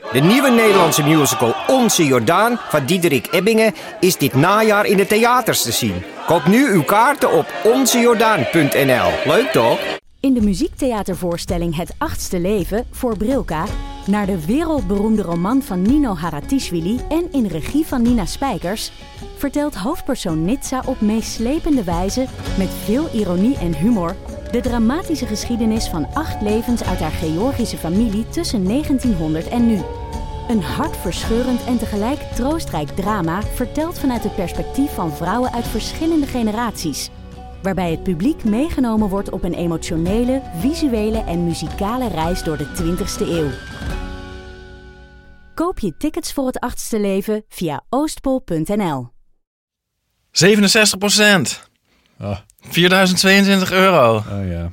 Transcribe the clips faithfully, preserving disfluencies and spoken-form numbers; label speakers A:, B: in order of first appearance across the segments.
A: De nieuwe Nederlandse musical Onze Jordaan van Diederik Ebbingen is dit najaar in de theaters te zien. Koop nu uw kaarten op onze jordaan punt n l. Leuk toch?
B: In de muziektheatervoorstelling Het Achtste Leven voor Brilka naar de wereldberoemde roman van Nino Haratischvili en in regie van Nina Spijkers vertelt hoofdpersoon Nitsa op meeslepende wijze met veel ironie en humor de dramatische geschiedenis van acht levens uit haar Georgische familie tussen negentienhonderd en nu. Een hartverscheurend en tegelijk troostrijk drama verteld vanuit het perspectief van vrouwen uit verschillende generaties, waarbij het publiek meegenomen wordt op een emotionele, visuele en muzikale reis door de twintigste eeuw. Koop je tickets voor Het Achtste Leven via oostpol punt n l.
C: zevenenzestig procent.
D: Oh.
C: vierduizend tweeëntwintig euro.
D: Oh ja.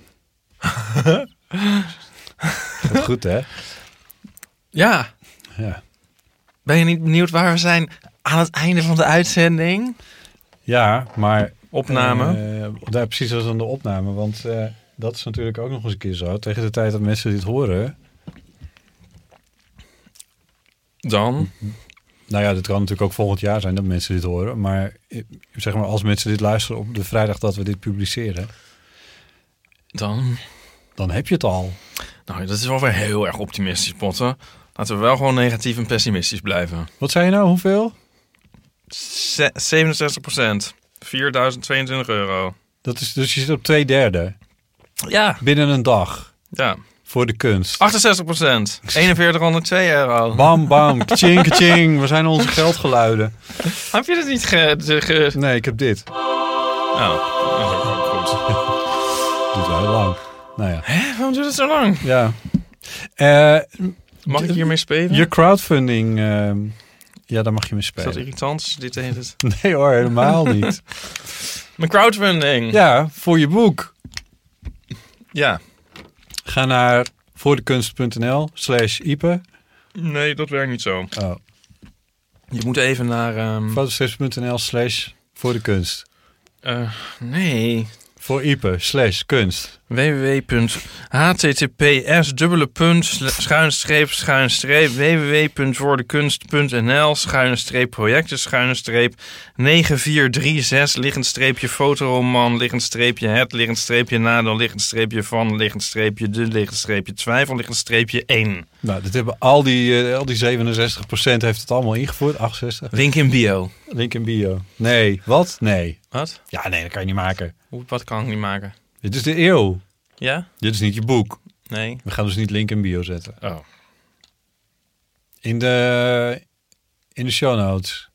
D: Gaat goed, hè?
C: Ja.
D: Ja.
C: Ben je niet benieuwd waar we zijn aan het einde van de uitzending?
D: Ja, maar...
C: Opname?
D: Uh, daar precies als aan de opname. Want uh, dat is natuurlijk ook nog eens een keer zo. Tegen de tijd dat mensen dit horen...
C: Dan?
D: Nou ja, dit kan natuurlijk ook volgend jaar zijn dat mensen dit horen. Maar zeg maar, als mensen dit luisteren op de vrijdag dat we dit publiceren...
C: Dan?
D: Dan heb je het al.
C: Nou, dat is wel weer heel erg optimistisch, Potten. Laten we wel gewoon negatief en pessimistisch blijven.
D: Wat zei je nou? Hoeveel?
C: Se- zevenenzestig procent. vierduizend tweeëntwintig euro.
D: Dat is, dus je zit op twee derde.
C: Ja.
D: Binnen een dag.
C: Ja.
D: Voor de kunst.
C: achtenzestig procent. eenenveertighonderdtwee euro.
D: Bam, bam. Kaching, kaching. We zijn onze geldgeluiden.
C: Heb je dat niet ge... ge...
D: Nee, ik heb dit.
C: Oh, dat is ook goed.
D: Duurt wel heel lang. Nou ja.
C: Hè? Waarom duurt het zo lang?
D: Ja. Uh,
C: mag ik hiermee spelen?
D: Je crowdfunding... Uh, ja, daar mag je mee spelen.
C: Is dat irritant? Dit heet het.
D: Nee hoor, helemaal niet.
C: Mijn crowdfunding.
D: Ja, voor je boek.
C: Ja.
D: Ga naar voordekunst.nl slash Ipe.
C: Nee, dat werkt niet zo.
D: Oh.
C: Je moet even naar... Um...
D: fotostrips.nl slash voor de kunst.
C: Uh, nee.
D: Voor Ipe slash kunst.
C: w w w punt h t t p s dubbele punt schuine streep schuine streep w w w punt voor de kunst punt n l schuine streep projecten schuine streep negen vier drie zes liggend streepje fotoroman liggend streepje het liggend streepje nadeel liggend streepje van liggend streepje de liggend streepje twijfel liggend streepje één.
D: Nou, dit hebben al die, uh, al die zevenenzestig procent heeft het allemaal ingevoerd. achtenzestig.
C: Link in bio.
D: Link in bio. Nee. Wat? Nee.
C: Wat?
D: Ja, nee, dat kan je niet maken.
C: Hoe, wat kan ik niet maken?
D: Dit is de eeuw.
C: Ja?
D: Dit is niet je boek.
C: Nee.
D: We gaan dus niet link in bio zetten.
C: Oh.
D: In de, in de show notes.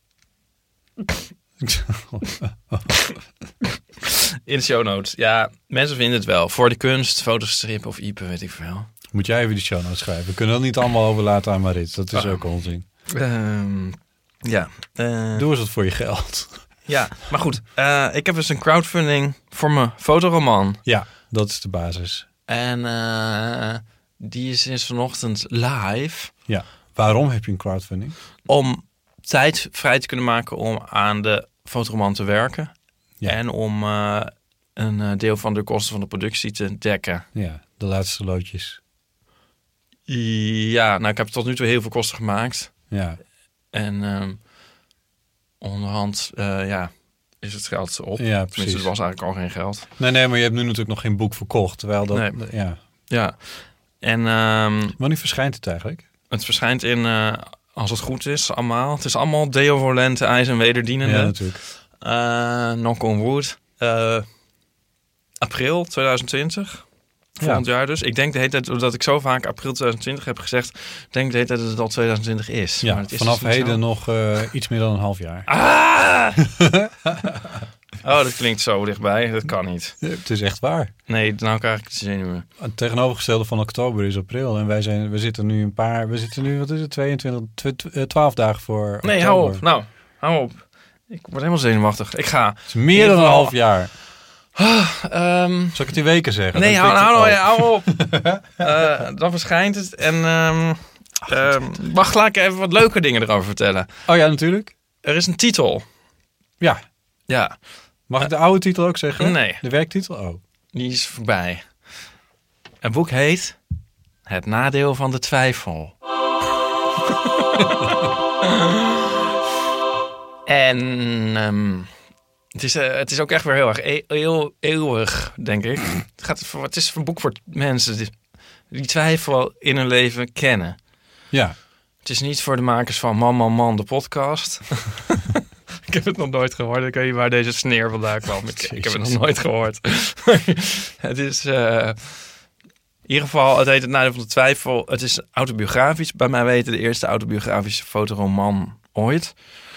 C: In de show notes. Ja, mensen vinden het wel. Voor de kunst, fotostrip of Ipe, weet ik veel.
D: Moet jij even die show notes schrijven. We kunnen dat niet allemaal overlaten aan Marit. Dat is
C: oh.
D: ook onzin.
C: Um, ja. Uh,
D: Doe eens wat voor je geld.
C: Ja, maar goed. Uh, ik heb dus een crowdfunding voor mijn fotoroman.
D: Ja, dat is de basis.
C: En uh, die is sinds vanochtend live.
D: Ja. Waarom heb je een crowdfunding?
C: Om tijd vrij te kunnen maken om aan de fotoroman te werken.
D: Ja.
C: En om uh, een deel van de kosten van de productie te dekken.
D: Ja, de laatste loodjes.
C: Ja, nou ik heb tot nu toe heel veel kosten gemaakt.
D: Ja.
C: En um, onderhand, uh, ja, is het geld op.
D: Ja, precies.
C: Tenminste, er was eigenlijk al geen geld.
D: Nee, nee, maar je hebt nu natuurlijk nog geen boek verkocht. Terwijl dat,
C: nee.
D: ja.
C: Ja. En um,
D: wanneer verschijnt het eigenlijk?
C: Het verschijnt in, uh, als het goed is, allemaal. Het is allemaal deovolente, ijs- en wederdienende.
D: Ja, natuurlijk.
C: Uh, knock on wood. Uh, april tweeduizend twintig. Volgend ja. jaar dus. Ik denk de hele tijd, dat ik zo vaak april tweeduizend twintig heb gezegd, denk de hele tijd dat het al tweeduizend twintig is.
D: Ja,
C: maar het is
D: vanaf
C: dus
D: heden
C: zo.
D: nog uh, iets meer dan een half jaar.
C: Ah! Oh, dat klinkt zo dichtbij. Dat kan niet.
D: Ja, het is echt waar.
C: Nee, nou krijg ik de zenuwen.
D: Het tegenovergestelde van oktober is april. En wij zijn, we zitten nu een paar, we zitten nu, wat is het, tweeëntwintig, twaalf dagen voor oktober.
C: Nee, hou op. Nou, hou op. Ik word helemaal zenuwachtig. Ik ga.
D: Het is meer dan een half jaar.
C: Ah, um,
D: Zal ik het in weken zeggen?
C: Nee, hou, hou, hou, hou op. uh, dan verschijnt het. En um, um, mag gelijk even wat leuke dingen erover vertellen.
D: Oh ja, natuurlijk.
C: Er is een titel.
D: Ja.
C: Ja.
D: Mag ik de oude titel ook zeggen?
C: Nee.
D: De werktitel? Oh.
C: Die is voorbij. Het boek heet Het nadeel van de twijfel. En um, het, is, uh, het is ook echt weer heel erg e- heel, eeuwig, denk ik. Het, gaat, voor, het is een boek voor mensen die, die twijfel in hun leven kennen.
D: Ja.
C: Het is niet voor de makers van Man, Man, Man, de podcast. Ik heb het nog nooit gehoord. Ik weet niet waar deze sneer vandaan kwam. Ik, ik heb het nog nooit gehoord. Het is... Uh, in ieder geval, het heet Het Nadeel van de Twijfel. Het is autobiografisch. Bij mij weten de eerste autobiografische fotoroman ooit.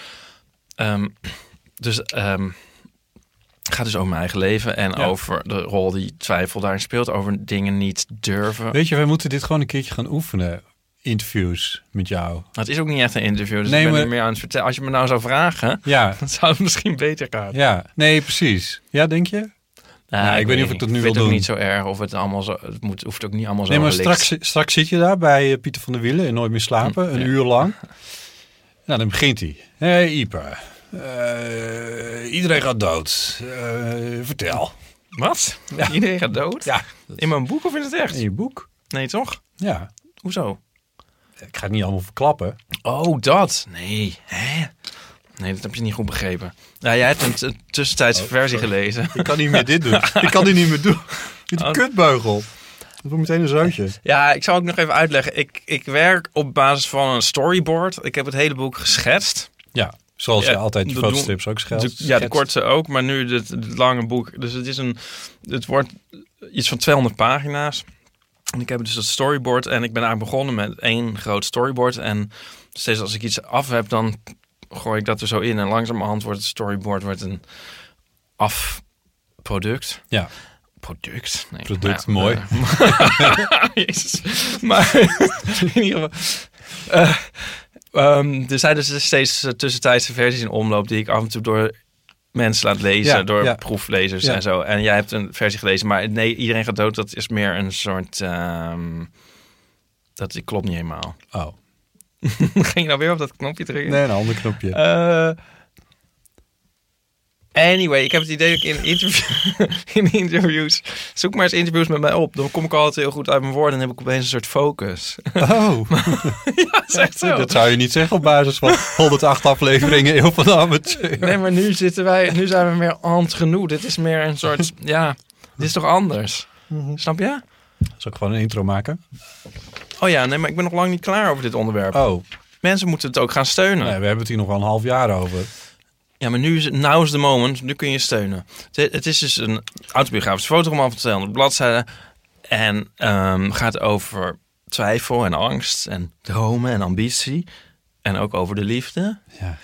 C: Um, dus um, het gaat dus over mijn eigen leven. En ja. over de rol die twijfel daarin speelt. Over dingen niet durven.
D: Weet je, wij moeten dit gewoon een keertje gaan oefenen. Interviews met jou.
C: Het is ook niet echt een interview. Dus
D: nee,
C: ik ben
D: maar...
C: niet meer aan het vertellen. Als je me nou zou vragen,
D: ja.
C: dan zou het misschien beter gaan.
D: Ja, nee, precies. Ja, denk je?
C: Nou,
D: nou, ik,
C: ik
D: weet niet of ik dat nu
C: wil
D: wil
C: doen.
D: doen.
C: Het niet zo erg of het allemaal zo. Het moet, hoeft ook niet allemaal zo.
D: Nee, maar straks, straks zit je daar bij uh, Pieter van der Wielen en Nooit meer slapen, een ja. uur lang. Nou, dan begint hij. Hé, hey, Ipe. Uh, iedereen gaat dood. Uh, vertel.
C: Wat?
D: Ja.
C: Iedereen gaat dood?
D: Ja.
C: In mijn boek of in het echt?
D: In je boek.
C: Nee, toch?
D: Ja.
C: Hoezo?
D: Ik ga het niet allemaal verklappen.
C: Oh, dat? Nee. Hè? Nee, dat heb je niet goed begrepen. Ja, jij hebt een, t- een tussentijdse oh, versie sorry. gelezen.
D: Ik kan niet meer dit doen. Ik kan dit niet meer doen. Met die oh. kutbeugel. Dat wordt meteen een zoutje.
C: Ja, ik zal ook nog even uitleggen. Ik, ik werk op basis van een storyboard. Ik heb het hele boek geschetst.
D: Ja, zoals
C: ja,
D: je altijd de fotostrips ook schetst.
C: Ja, de korte ook, maar nu het, het lange boek. Dus het is een, het wordt iets van tweehonderd pagina's. En ik heb dus dat storyboard en ik ben eigenlijk begonnen met één groot storyboard. En steeds als ik iets af heb, dan gooi ik dat er zo in. En langzamerhand wordt het storyboard wordt een afproduct.
D: Ja.
C: Product? Nee,
D: Product,
C: maar,
D: mooi.
C: Uh, Jezus. Maar in ieder geval... Uh, um, er zijn dus steeds uh, tussentijdse versies in omloop die ik af en toe door mensen laat lezen, ja, door ja. proeflezers ja. en zo. En jij hebt een versie gelezen, maar nee, Iedereen gaat dood, dat is meer een soort... Um, dat klopt niet helemaal.
D: Oh.
C: Ging je nou weer op dat knopje drukken?
D: Nee, een ander knopje.
C: Uh, anyway, ik heb het idee dat ik in, interview, in interviews... Zoek maar eens interviews met mij op. Dan kom ik altijd heel goed uit mijn woorden en heb ik opeens een soort focus.
D: Oh.
C: Ja, dat is echt zo.
D: Dat zou je niet zeggen op basis van honderdacht afleveringen Eeuw van de Amateur.
C: Nee, maar nu zitten wij... Nu zijn we meer hand genoeg. Dit is meer een soort... Ja, dit is toch anders? Mm-hmm. Snap je?
D: Zal ik gewoon een intro maken?
C: Oh ja, nee, maar ik ben nog lang niet klaar over dit onderwerp.
D: Oh.
C: Mensen moeten het ook gaan steunen.
D: Nee, we hebben het hier nog wel een half jaar over.
C: Ja, maar nu is het now is the moment. Nu kun je steunen. Het, het is dus een autobiografische fotoroman van tweehonderd bladzijden. En um, gaat over twijfel en angst en dromen en ambitie. En ook over de liefde.
D: Ja.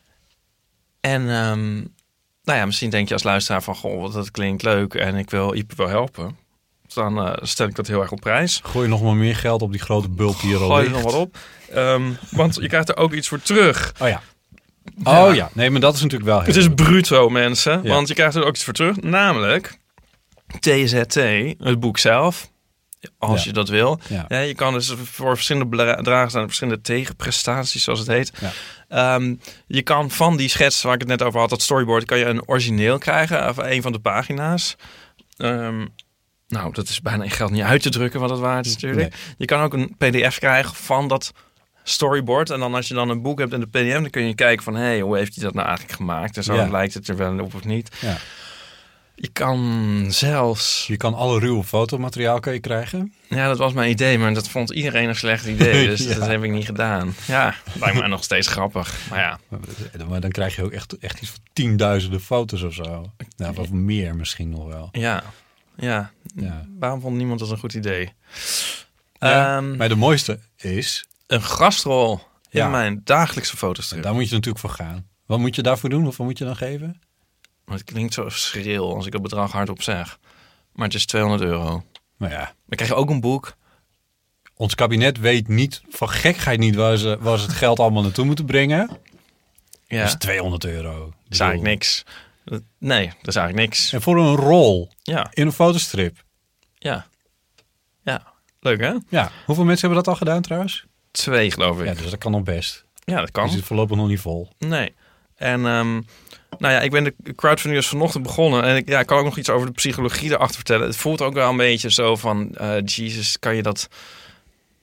C: En um, nou ja, misschien denk je als luisteraar van... Goh, dat klinkt leuk en ik wil Ipe wel helpen. Dan uh, stel ik dat heel erg op prijs.
D: Gooi nog maar meer geld op die grote bult die er al ligt.
C: Gooi er nog wat op. Um, want je krijgt er ook iets voor terug.
D: Oh ja. Ja. Oh ja, nee, maar dat is natuurlijk wel heel
C: Het is bruto, mensen.
D: Ja.
C: Want je krijgt er ook iets voor terug. Namelijk T Z T, het boek zelf. Als ja. je dat wil.
D: Ja. Ja,
C: je kan dus voor verschillende bedragen staan, verschillende tegenprestaties, zoals het heet. Ja. Um, je kan van die schets waar ik het net over had, dat storyboard, kan je een origineel krijgen. Of een van de pagina's. Um, nou, dat is bijna in geld niet uit te drukken wat het waard is natuurlijk. Nee. Je kan ook een P D F krijgen van dat storyboard. En dan als je dan een boek hebt in de P D F, dan kun je kijken van, hé, hey, hoe heeft hij dat nou eigenlijk gemaakt? En zo ja. lijkt het er wel op of niet.
D: Ja.
C: Je kan zelfs...
D: Je kan alle ruwe fotomateriaal kan je krijgen.
C: Ja, dat was mijn idee, maar dat vond iedereen een slecht idee. Dus ja. dat heb ik niet gedaan. Ja, lijkt me nog steeds grappig. Maar ja.
D: Maar dan krijg je ook echt, echt iets van tienduizenden foto's of zo. Nou, of meer misschien nog wel.
C: Ja, ja. ja. Waarom vond niemand dat een goed idee?
D: Ja, um, maar de mooiste is...
C: Een gastrol ja. in mijn dagelijkse fotostrip.
D: Daar moet je natuurlijk voor gaan. Wat moet je daarvoor doen? Of wat moet je dan geven?
C: Maar het klinkt zo schril als ik het bedrag hardop zeg. Maar het is tweehonderd euro.
D: Maar ja.
C: Dan krijg je ook een boek.
D: Ons kabinet weet niet, van gekheid niet, waar ze, waar ze het geld allemaal naartoe moeten brengen. Ja. Dus tweehonderd euro.
C: Dat is eigenlijk niks. Nee, dat is eigenlijk niks.
D: En voor een rol
C: ja.
D: in een fotostrip.
C: Ja. Ja. Leuk, hè?
D: Ja. Hoeveel mensen hebben dat al gedaan trouwens?
C: Twee, geloof ik.
D: Ja, dus dat kan nog best.
C: Ja, dat kan.
D: Je zit voorlopig nog niet vol.
C: Nee. En um, nou ja, ik ben de crowdfunding dus vanochtend begonnen. En ik, ja, ik kan ook nog iets over de psychologie erachter vertellen. Het voelt ook wel een beetje zo van... Uh, Jesus, kan je dat...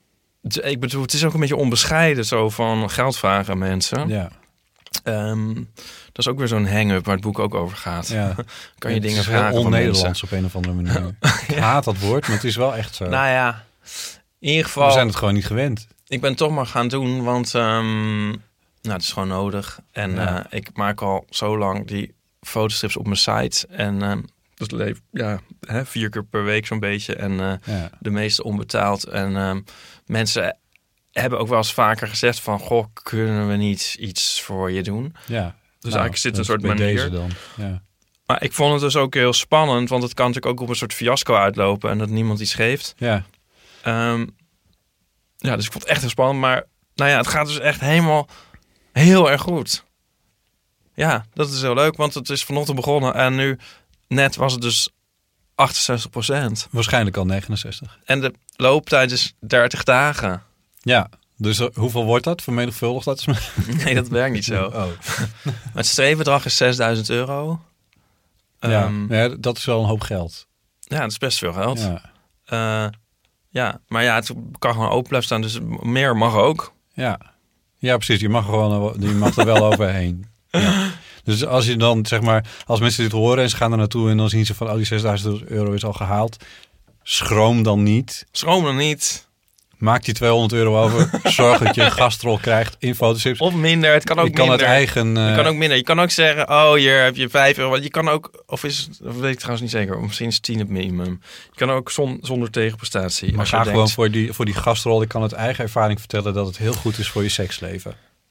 C: het, ik bedoel, het is ook een beetje onbescheiden zo van geld vragen aan mensen.
D: Ja.
C: Um, dat is ook weer zo'n hang-up waar het boek ook over gaat.
D: Ja.
C: Kan je
D: het
C: dingen
D: is
C: vragen
D: heel
C: van
D: on-Nederlands
C: mensen.
D: op een of andere manier. Ik haat dat woord, maar het is wel echt zo.
C: Nou ja, in ieder geval...
D: We zijn het gewoon niet gewend.
C: Ik ben het toch maar gaan doen, want um, nou, het is gewoon nodig. En
D: Ja.
C: uh, ik maak al zo lang die fotostrips op mijn site. En uh, dat leef ja, hè, vier keer per week zo'n beetje. En uh,
D: Ja.
C: de meeste onbetaald. En um, mensen hebben ook wel eens vaker gezegd van... Goh, kunnen we niet iets voor je doen?
D: Ja.
C: Dus
D: Nou,
C: eigenlijk zit een
D: dat
C: soort
D: is bij
C: manier.
D: deze dan. Ja.
C: Maar ik vond het dus ook heel spannend. Want het kan natuurlijk ook op een soort fiasco uitlopen. En dat niemand iets geeft.
D: Ja.
C: Um, ja, dus ik vond het echt heel spannend. Maar nou ja, het gaat dus echt helemaal heel erg goed. Ja, dat is heel leuk. Want het is vanochtend begonnen. En nu net was het dus achtenzestig procent.
D: Waarschijnlijk al negenenzestig.
C: En de looptijd is dertig dagen.
D: Ja. Dus uh, hoeveel wordt dat? Vermenigvuldigd dat is maar...
C: Nee, dat werkt niet zo.
D: Oh.
C: Het streefbedrag is zesduizend euro.
D: Ja.
C: Um,
D: ja, dat is wel een hoop geld.
C: ja, dat is best veel geld.
D: Ja.
C: Uh, ja, maar ja, het kan gewoon open blijven staan. Dus meer mag ook.
D: Ja. Ja, precies. Je mag gewoon, je mag er wel overheen. Ja. Dus als je dan, zeg maar, als mensen dit horen en ze gaan er naartoe en dan zien ze van, oh, die zesduizend euro is al gehaald. Schroom dan niet.
C: Schroom er niet.
D: Maak die tweehonderd euro over. Zorg dat je een gastrol krijgt in fotostrips.
C: Of minder. Het kan ook
D: je kan
C: minder.
D: het eigen... Uh,
C: Je kan ook minder. Je kan ook zeggen, oh, hier heb je vijf euro. Want je kan ook, of is het, of weet ik trouwens niet zeker, misschien is het tien het minimum. Je kan ook zon, zonder tegenprestatie.
D: Maar
C: als
D: ga
C: je
D: gewoon
C: denkt,
D: voor die, voor die gastrol. Ik kan uit eigen ervaring vertellen dat het heel goed is voor je seksleven.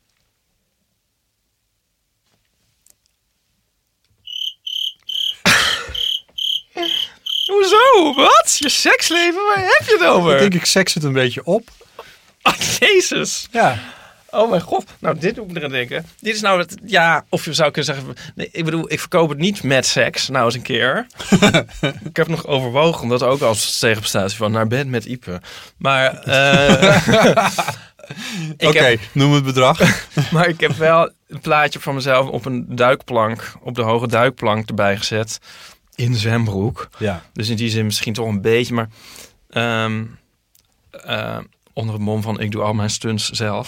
C: hoezo? Wat? Je seksleven? Waar heb je het over?
D: Ik denk, ik seks het een beetje op.
C: Oh, Jezus.
D: Ja.
C: Oh mijn god. Nou, dit doe ik eraan denken. Dit is nou het, ja, of je zou kunnen zeggen, nee, ik bedoel, ik verkoop het niet met seks, nou eens een keer. Ik heb nog overwogen, omdat ook als tegenprestatie van naar bed met Ipe. Maar, uh,
D: Oké, okay, noem het bedrag.
C: Maar ik heb wel een plaatje van mezelf op een duikplank, op de hoge duikplank erbij gezet. In zwembroek.
D: Ja.
C: Dus in die zin misschien toch een beetje, maar um, uh, onder het mom van ik doe al mijn stunts zelf.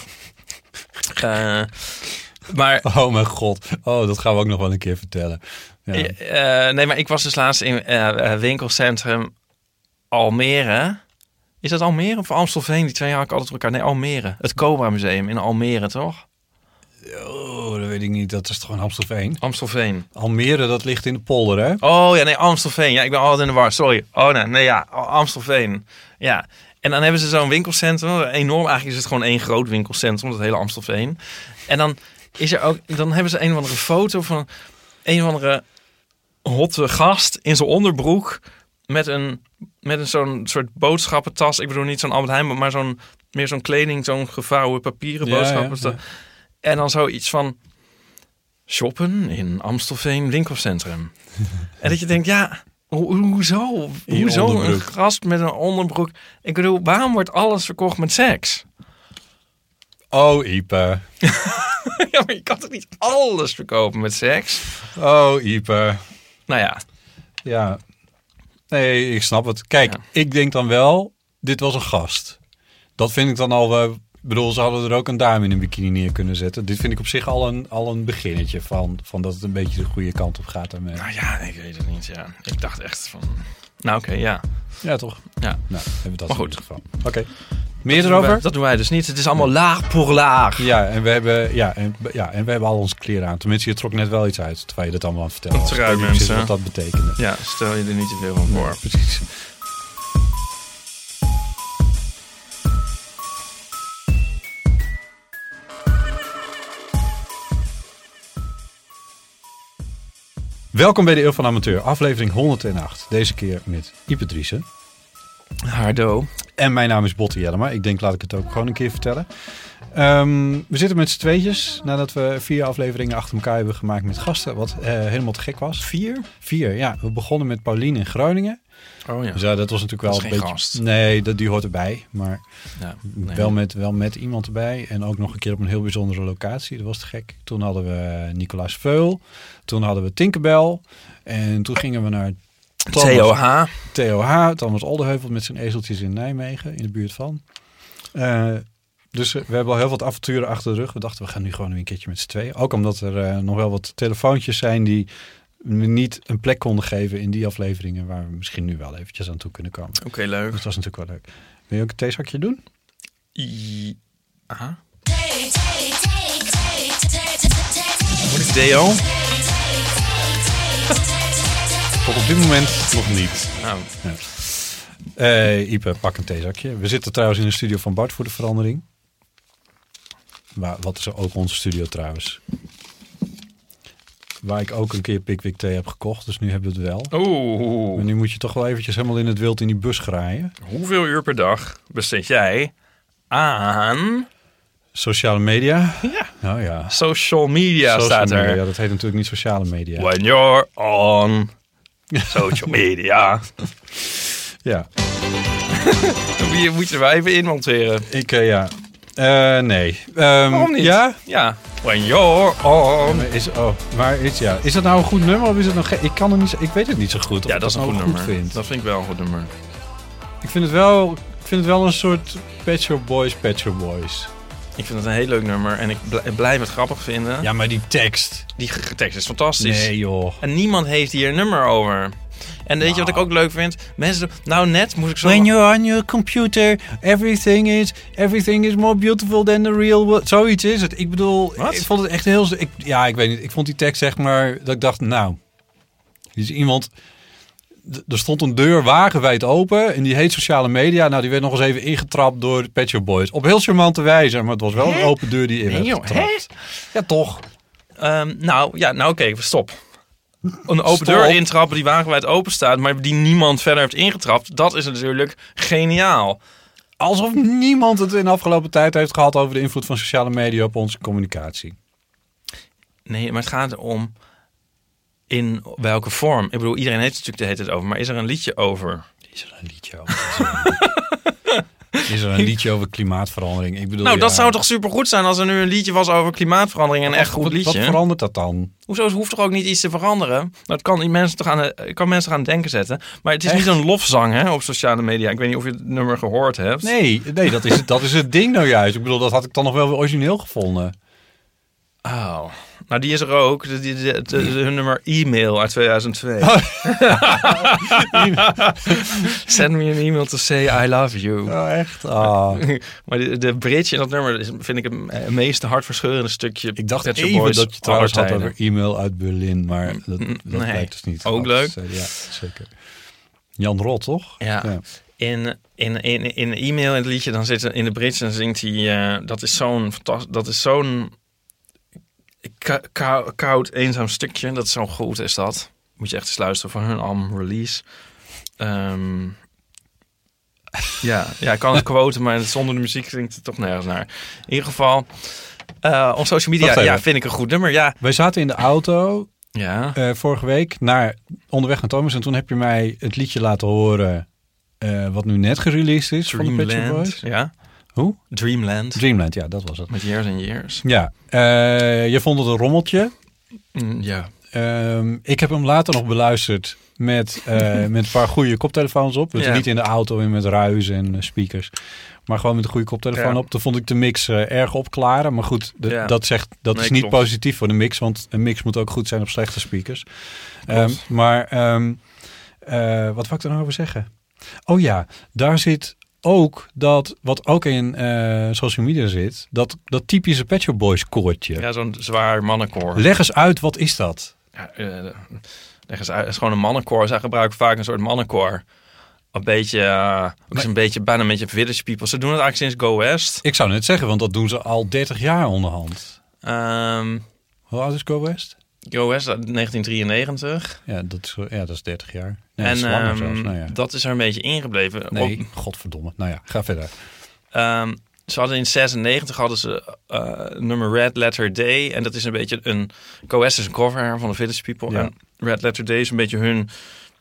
C: Uh, maar,
D: oh mijn god. Oh, dat gaan we ook nog wel een keer vertellen. Ja.
C: Uh, nee, maar ik was dus laatst in uh, winkelcentrum Almere. Is dat Almere of Amstelveen? Die twee haal ik altijd door elkaar. Nee, Almere. Het Cobra Museum in Almere, toch?
D: Oh, dat weet ik niet. Dat is toch gewoon Amstelveen?
C: Amstelveen.
D: Almere, dat ligt in de polder, hè?
C: Oh ja, nee, Amstelveen. Ja, ik ben altijd in de war. Sorry. Oh nee, nee ja, Amstelveen. Ja. En dan hebben ze zo'n winkelcentrum. Enorm, eigenlijk is het gewoon één groot winkelcentrum, dat hele Amstelveen. En dan is er ook, dan hebben ze een of andere foto van een of andere hotte gast in zijn onderbroek met een met een zo'n soort boodschappentas. Ik bedoel niet zo'n Albert Heijn, maar zo'n meer zo'n kleding, zo'n gevouwen papieren boodschappentas. Ja, ja, ja. En dan zoiets van shoppen in Amstelveen winkelcentrum. En dat je denkt, ja, ho- hoezo? Hoezo een gast met een onderbroek? Ik bedoel, waarom wordt alles verkocht met seks?
D: Oh, Ipe.
C: Ja, maar je kan toch niet alles verkopen met seks?
D: Oh, Ipe.
C: Nou ja.
D: Ja. Nee, ik snap het. Kijk, ja. Ik denk dan wel, dit was een gast. Dat vind ik dan al... Uh, Ik bedoel, ze hadden er ook een dame in een bikini neer kunnen zetten. Dit vind ik op zich al een, al een beginnetje van, van dat het een beetje de goede kant op gaat daarmee.
C: Nou ja, ik weet het niet. Ja. Ik dacht echt van... Nou oké, okay, ja.
D: Ja, toch?
C: Ja.
D: Nou, hebben we dat
C: maar
D: in
C: goed.
D: ieder geval. Oké. Okay. Meer
C: dat
D: erover?
C: Doen wij, dat doen wij dus niet. Het is allemaal laag voor laag.
D: Ja, en we hebben, ja, en, ja, en we hebben al onze kleren aan. Tenminste, je trok net wel iets uit, terwijl je dat allemaal aan het vertellen was.
C: Trui, mensen.
D: Precies wat dat betekende.
C: Ja, stel je er niet te veel van voor.
D: Nee, precies. Welkom bij de Eeuw van Amateur, aflevering honderdacht. Deze keer met Ipe Driessen.
C: Hardo.
D: En mijn naam is Botte Jellema. Ik denk, laat ik het ook gewoon een keer vertellen. Um, we zitten met z'n tweetjes, nadat we vier afleveringen achter elkaar hebben gemaakt met gasten, wat uh, helemaal te gek was.
C: Vier?
D: Vier, ja. We begonnen met Paulien in Groningen.
C: Oh ja.
D: Dus ja, dat was natuurlijk wel
C: dat is
D: een
C: geen
D: beetje...
C: gast.
D: Nee, dat, die hoort erbij. Maar
C: ja, nee.
D: wel, met, wel met iemand erbij. En ook nog een keer op een heel bijzondere locatie. Dat was te gek. Toen hadden we Nicolaas Veul. Toen hadden we Tinkerbell. En toen gingen we naar...
C: T O H.
D: T O H. Thomas Oldeheuvel met zijn ezeltjes in Nijmegen. In de buurt van... Uh, dus uh, we hebben al heel wat avonturen achter de rug. We dachten, we gaan nu gewoon een keertje met z'n tweeën. Ook omdat er uh, nog wel wat telefoontjes zijn die we niet een plek konden geven in die afleveringen waar we misschien nu wel eventjes aan toe kunnen komen.
C: Oké, okay, leuk.
D: Dat was natuurlijk wel leuk. Wil je ook een theezakje doen?
C: I... Aha. Deo?
D: Tot op dit moment nog niet.
C: Oh.
D: Ja. Uh, Ipe, pak een theezakje. We zitten trouwens in de studio van Bart voor de verandering. Maar wat is ook onze studio trouwens? Waar ik ook een keer Pickwick thee heb gekocht. Dus nu hebben we het wel.
C: Oeh.
D: Maar nu moet je toch wel eventjes helemaal in het wild in die bus graaien.
C: Hoeveel uur per dag besteed jij aan...
D: Sociale media?
C: Ja.
D: Oh ja.
C: Social media
D: Social
C: staat er.
D: Media, dat heet natuurlijk niet sociale media.
C: When you're on social media.
D: Ja.
C: Je moet er wel even in monteren.
D: Ik, uh, ja. Uh, nee. Um,
C: Waarom niet?
D: Ja?
C: Ja. When you're on.
D: Is, oh, waar is, ja. Is dat nou een goed nummer of is het nog geen... Ik kan het niet, ik weet het niet zo goed. Of
C: Ja, dat is een
D: nou
C: goed nummer.
D: Vind.
C: Dat vind ik wel een goed nummer.
D: Ik vind het wel, ik vind het wel een soort Pet Shop Boys, Pet Shop Boys.
C: Ik vind het een heel leuk nummer en ik bl- blijf het grappig vinden.
D: Ja, maar die tekst.
C: Die g- tekst is fantastisch.
D: Nee, joh.
C: En niemand heeft hier een nummer over. En weet je wat ik ook leuk vind? Mensen, nou net moest ik zo...
D: When you're on your computer, everything is, everything is more beautiful than the real world. Zoiets is het. Ik bedoel,
C: Wat?
D: ik vond het echt heel... Ik, ja, ik weet niet. Ik vond die tekst zeg maar, dat ik dacht, nou, die is iemand... Er stond een deur wagenwijd open en die heet sociale media. Nou, die werd nog eens even ingetrapt door de Pet Shop Boys. Op heel charmante wijze, maar het was wel
C: Hè?
D: een open deur die in
C: Nee,
D: werd
C: joh,
D: getrapt. Ja, toch?
C: Um, nou, ja, nou oké, okay, stop. Een open
D: Stop.
C: deur intrappen die wagenwijd open staat, maar die niemand verder heeft ingetrapt. Dat is natuurlijk geniaal.
D: Alsof niemand het in de afgelopen tijd heeft gehad over de invloed van sociale media op onze communicatie.
C: Nee, maar het gaat om in welke vorm. Ik bedoel, iedereen heeft het natuurlijk de hele tijd over, maar is er een liedje over?
D: Is er een liedje over? Is er een liedje over klimaatverandering? Ik bedoel,
C: Nou, dat
D: ja,
C: zou toch supergoed zijn als er nu een liedje was over klimaatverandering en een echt goed
D: wat,
C: liedje.
D: Wat verandert dat dan?
C: Hoezo? Het hoeft toch ook niet iets te veranderen? Nou, het kan die mensen toch aan de, kan mensen gaan denken zetten. Maar het is
D: Echt?
C: niet een lofzang hè, op sociale media. Ik weet niet of je het nummer gehoord hebt.
D: Nee, nee dat, is het, dat is het ding nou juist. Ik bedoel, dat had ik dan nog wel weer origineel gevonden.
C: Oh, nou die is er ook. De, de, de, de, de, hun nummer e-mail uit tweeduizend twee. Send me an email to say I love you.
D: Oh, echt? Oh.
C: Maar de, de bridge in dat nummer is, vind ik het meest hartverscheurende stukje.
D: Ik dacht
C: Pet Shop
D: even
C: Boys
D: dat je trouwens
C: aller
D: had
C: tijden.
D: over e-mail uit Berlin, maar dat, dat
C: Nee.
D: blijkt dus niet.
C: Ook leuk.
D: Ja, zeker. Jan Rot, toch?
C: Ja. ja. In, in, in, in de e-mail in het liedje, dan zit er in de bridge en zingt hij, uh, dat is zo'n fantastisch, dat is zo'n K- kou- koud, eenzaam stukje. Dat is zo goed, is dat. Moet je echt eens luisteren van hun album Release. Um, ja, ja, ik kan het quoten, maar zonder de muziek klinkt het toch nergens naar. In ieder geval, uh, op social media, ja, vind ik een goed nummer, ja.
D: Wij zaten in de auto
C: ja.
D: uh, vorige week naar onderweg naar Thomas en toen heb je mij het liedje laten horen uh, wat nu net gereleased is van de Pet Shop Boys.
C: Ja.
D: Hoe?
C: Dreamland.
D: Dreamland, ja, dat was het.
C: Met Years and Years.
D: Ja, uh, je vond het een rommeltje.
C: Mm, ja.
D: Um, ik heb hem later nog beluisterd met, uh, met een paar goede koptelefoons op. Dus
C: ja.
D: niet in de auto en met ruis en uh, speakers. Maar gewoon met een goede koptelefoon ja. op. Toen vond ik de mix uh, erg opklaren. Maar goed, de, ja. dat, zegt, dat nee, is niet klopt. positief voor de mix. Want een mix moet ook goed zijn op slechte speakers. Um, maar um, uh, wat wou ik er nou over zeggen? Oh ja, daar zit ook dat, wat ook in uh, social media zit, dat, dat typische Pet Shop Boys koortje.
C: Ja, zo'n zwaar mannenkoor.
D: Leg eens uit, wat is dat?
C: Ja, uh, leg eens uit. Het is gewoon een mannenkoor. Zij gebruiken vaak een soort mannenkoor. Een beetje, uh, ook maar, een beetje, bijna een beetje Village People. Ze doen het eigenlijk sinds Go West.
D: Ik zou net zeggen, want dat doen ze al dertig jaar onderhand.
C: Um,
D: Hoe oud is Go West?
C: Go West uit negentien drieënnegentig.
D: Ja, dat is, ja, dat is dertig jaar. Nee,
C: en
D: dat, is
C: um,
D: zelfs. Nou ja.
C: dat is er een beetje ingebleven.
D: Nee,
C: Op,
D: godverdomme. Nou ja, ga verder.
C: Um, ze hadden in zesennegentig hadden ze uh, nummer Red Letter Day. En dat is een beetje een... Go West is een cover van de Village People. Ja. En Red Letter Day is een beetje hun...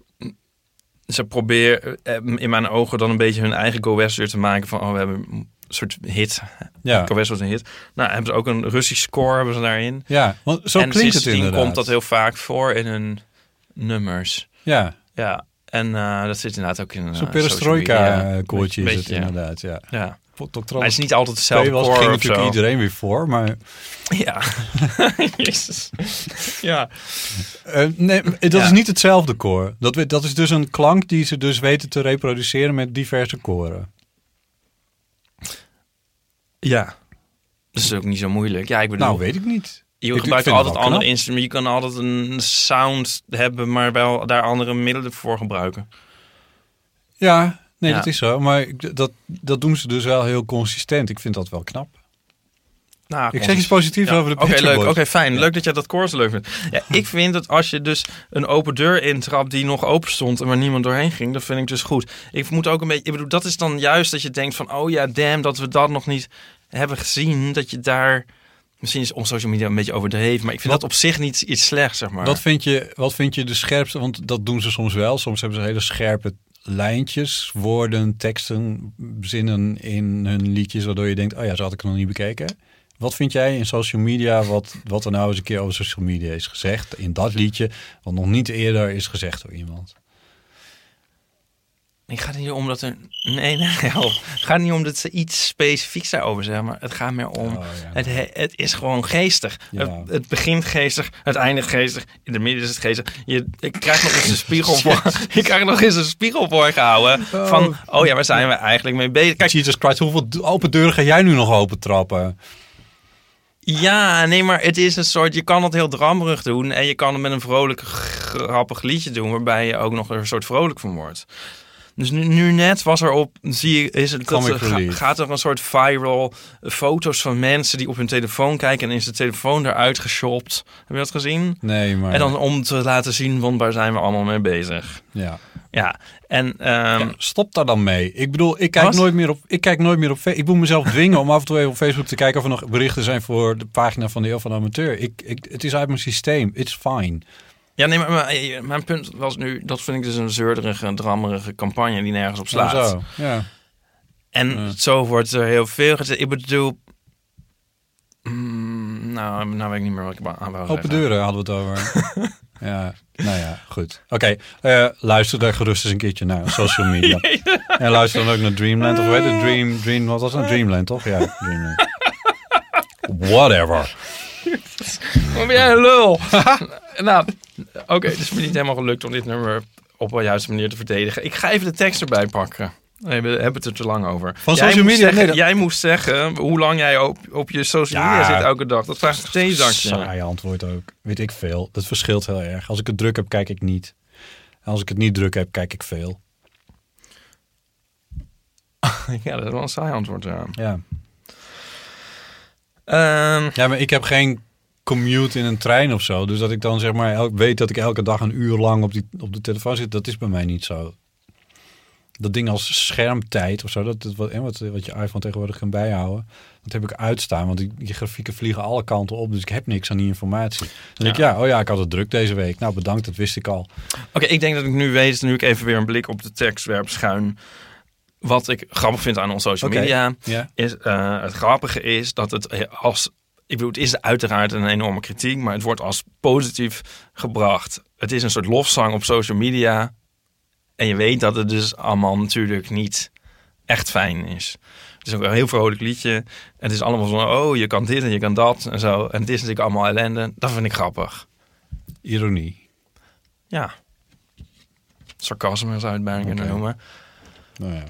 C: Ze proberen in mijn ogen dan een beetje hun eigen Go West weer te maken. Van, oh, we hebben een soort hit.
D: Ja.
C: Go West was een hit. Nou, hebben ze ook een Russisch score hebben ze daarin.
D: Ja, want zo
C: en
D: klinkt het inderdaad.
C: komt dat heel vaak voor in hun nummers.
D: Ja.
C: Ja. En uh, dat zit inderdaad ook in... Uh,
D: Zo'n perestroika-koortje is het inderdaad, ja.
C: Ja.
D: Doctor
C: Hij is niet altijd hetzelfde
D: was,
C: koor
D: ging
C: of
D: natuurlijk
C: zo.
D: iedereen weer voor, maar...
C: Ja. Jezus. Ja.
D: Uh, nee, dat
C: Ja.
D: is niet hetzelfde koor. Dat, we- dat is dus een klank die ze dus weten te reproduceren met diverse koren.
C: Ja. Dat is ook niet zo moeilijk. Ja, ik bedoel...
D: Nou, weet ik niet.
C: Je
D: Ik-
C: gebruikt
D: ik vind het
C: altijd
D: wel
C: andere
D: knap.
C: instrumenten. Je kan altijd een sound hebben, maar wel daar andere middelen voor gebruiken.
D: Ja, nee,
C: Ja.
D: dat is zo. Maar ik- dat, dat doen ze dus wel heel consistent. Ik vind dat wel knap.
C: Nou,
D: Ik zeg iets positiefs over de
C: Oké,
D: Pet Shop
C: leuk.
D: Boys.
C: Oké, fijn.
D: Ja.
C: Leuk dat jij dat koor zo leuk vindt. Ja, ik vind dat als je dus een open deur intrapt die nog open stond en waar niemand doorheen ging, dat vind ik dus goed. Ik moet ook een beetje, ik bedoel, dat is dan juist dat je denkt van, oh ja, damn, dat we dat nog niet hebben gezien, dat je daar, misschien is op social media een beetje overdreven, maar ik vind
D: Wat-
C: dat op zich niet iets slechts, zeg maar.
D: Wat vind je, wat vind je de scherpste? Want dat doen ze soms wel. Soms hebben ze hele scherpe lijntjes, woorden, teksten, zinnen in hun liedjes, waardoor je denkt, oh ja, zo had ik het nog niet bekeken. Wat vind jij in social media, wat, wat er nou eens een keer over social media is gezegd in dat liedje, wat nog niet eerder is gezegd door iemand?
C: Ik ga niet om dat er, nee, nee, help. Het gaat niet om dat ze iets specifieks daarover zeggen, maar het gaat meer om,
D: Oh, ja.
C: het, he- het is gewoon geestig.
D: Ja.
C: Het, het begint geestig, het eindigt geestig, in de midden is het geestig. Je, ik krijg nog eens een spiegel voor, je krijgt nog eens een spiegel voor gehouden van, oh ja, waar zijn we eigenlijk mee bezig? Kijk,
D: Jesus Christ, hoeveel open deuren ga jij nu nog open trappen?
C: ja, nee, maar het is een soort, je kan het heel drammerig doen en je kan het met een vrolijk, grappig liedje doen, waarbij je ook nog er een soort vrolijk van wordt. Dus nu, nu net was er op, zie je, is het, dat,
D: Comic
C: er ga-
D: relief.
C: gaat er een soort viral foto's van mensen die op hun telefoon kijken en is de telefoon eruit geshopt. Heb je dat gezien?
D: Nee, maar...
C: En dan om te laten zien, want waar zijn we allemaal mee bezig?
D: ja.
C: Ja, en ehm,
D: Ja, stop daar dan mee. Ik bedoel, ik kijk
C: Wat?
D: nooit meer op. Ik kijk nooit meer op. Fe- Ik moet mezelf dwingen om af en toe even op Facebook te kijken of er nog berichten zijn voor de pagina van de Eeuw van de Amateur. Ik, ik, het is uit mijn systeem. It's fine.
C: ja, nee, maar, maar, eh, mijn punt was nu, dat vind ik dus een zeurderige, drammerige campagne die nergens op slaat.
D: Ja, zo. Ja.
C: En
D: Ja.
C: zo wordt er heel veel gezegd. Ik bedoel, mm, nou, nou weet ik niet meer wat ik aan wou
D: Open
C: zeggen.
D: deuren hadden we het over. Ja, nou ja, goed. Oké, eh, luister daar gerust eens een keertje naar social media. En luister dan ook naar Dreamland. Of weet het? Dream, Dream, wat was dat? Dreamland, toch? Ja, Dreamland. Whatever.
C: Wat ben jij een lul? Nou, oké, het is me niet helemaal gelukt om dit nummer op een juiste manier te verdedigen. Ik ga even de tekst erbij pakken. We hebben hebben het er te lang over.
D: Van
C: Jij
D: social
C: moest
D: media?
C: Zeggen,
D: Nee, dat-
C: Jij moest zeggen hoe lang jij op, op je social
D: Ja.
C: media zit elke dag. Dat vraagt een theezakje.
D: Saai antwoord ook. Weet ik veel. Dat verschilt heel erg. Als ik het druk heb, kijk ik niet. En als ik het niet druk heb, kijk ik veel.
C: Ja, dat is wel een saai antwoord, ja.
D: Ja.
C: Ehm,
D: Ja, maar ik heb geen commute in een trein of zo. Dus dat ik dan zeg maar elk, weet dat ik elke dag een uur lang op, die, op de telefoon zit, dat is bij mij niet zo. Dat ding als schermtijd of zo, dat, dat wat, wat, wat je iPhone tegenwoordig kan bijhouden, dat heb ik uitstaan. Want die, die grafieken vliegen alle kanten op, dus ik heb niks aan die informatie. Dan denk ik, ja, oh ja, ik had het druk deze week. Nou, bedankt, dat wist ik al.
C: Oké, ik denk dat ik nu weet, nu ik even weer een blik op de tekst werp schuin. Wat ik grappig vind aan onze social
D: Oké.
C: media,
D: Ja.
C: is uh, het grappige is dat het eh, als, ik bedoel, het is uiteraard een enorme kritiek, maar het wordt als positief gebracht. Het is een soort lofzang op social media. En je weet dat het dus allemaal natuurlijk niet echt fijn is. Het is ook een heel vrolijk liedje. Het is allemaal van, oh, je kan dit en je kan dat en zo. En het is natuurlijk allemaal ellende. Dat vind ik grappig.
D: Ironie.
C: Ja. Sarcasme zou je het bijna kunnen
D: Oké.
C: noemen.
D: Nou ja.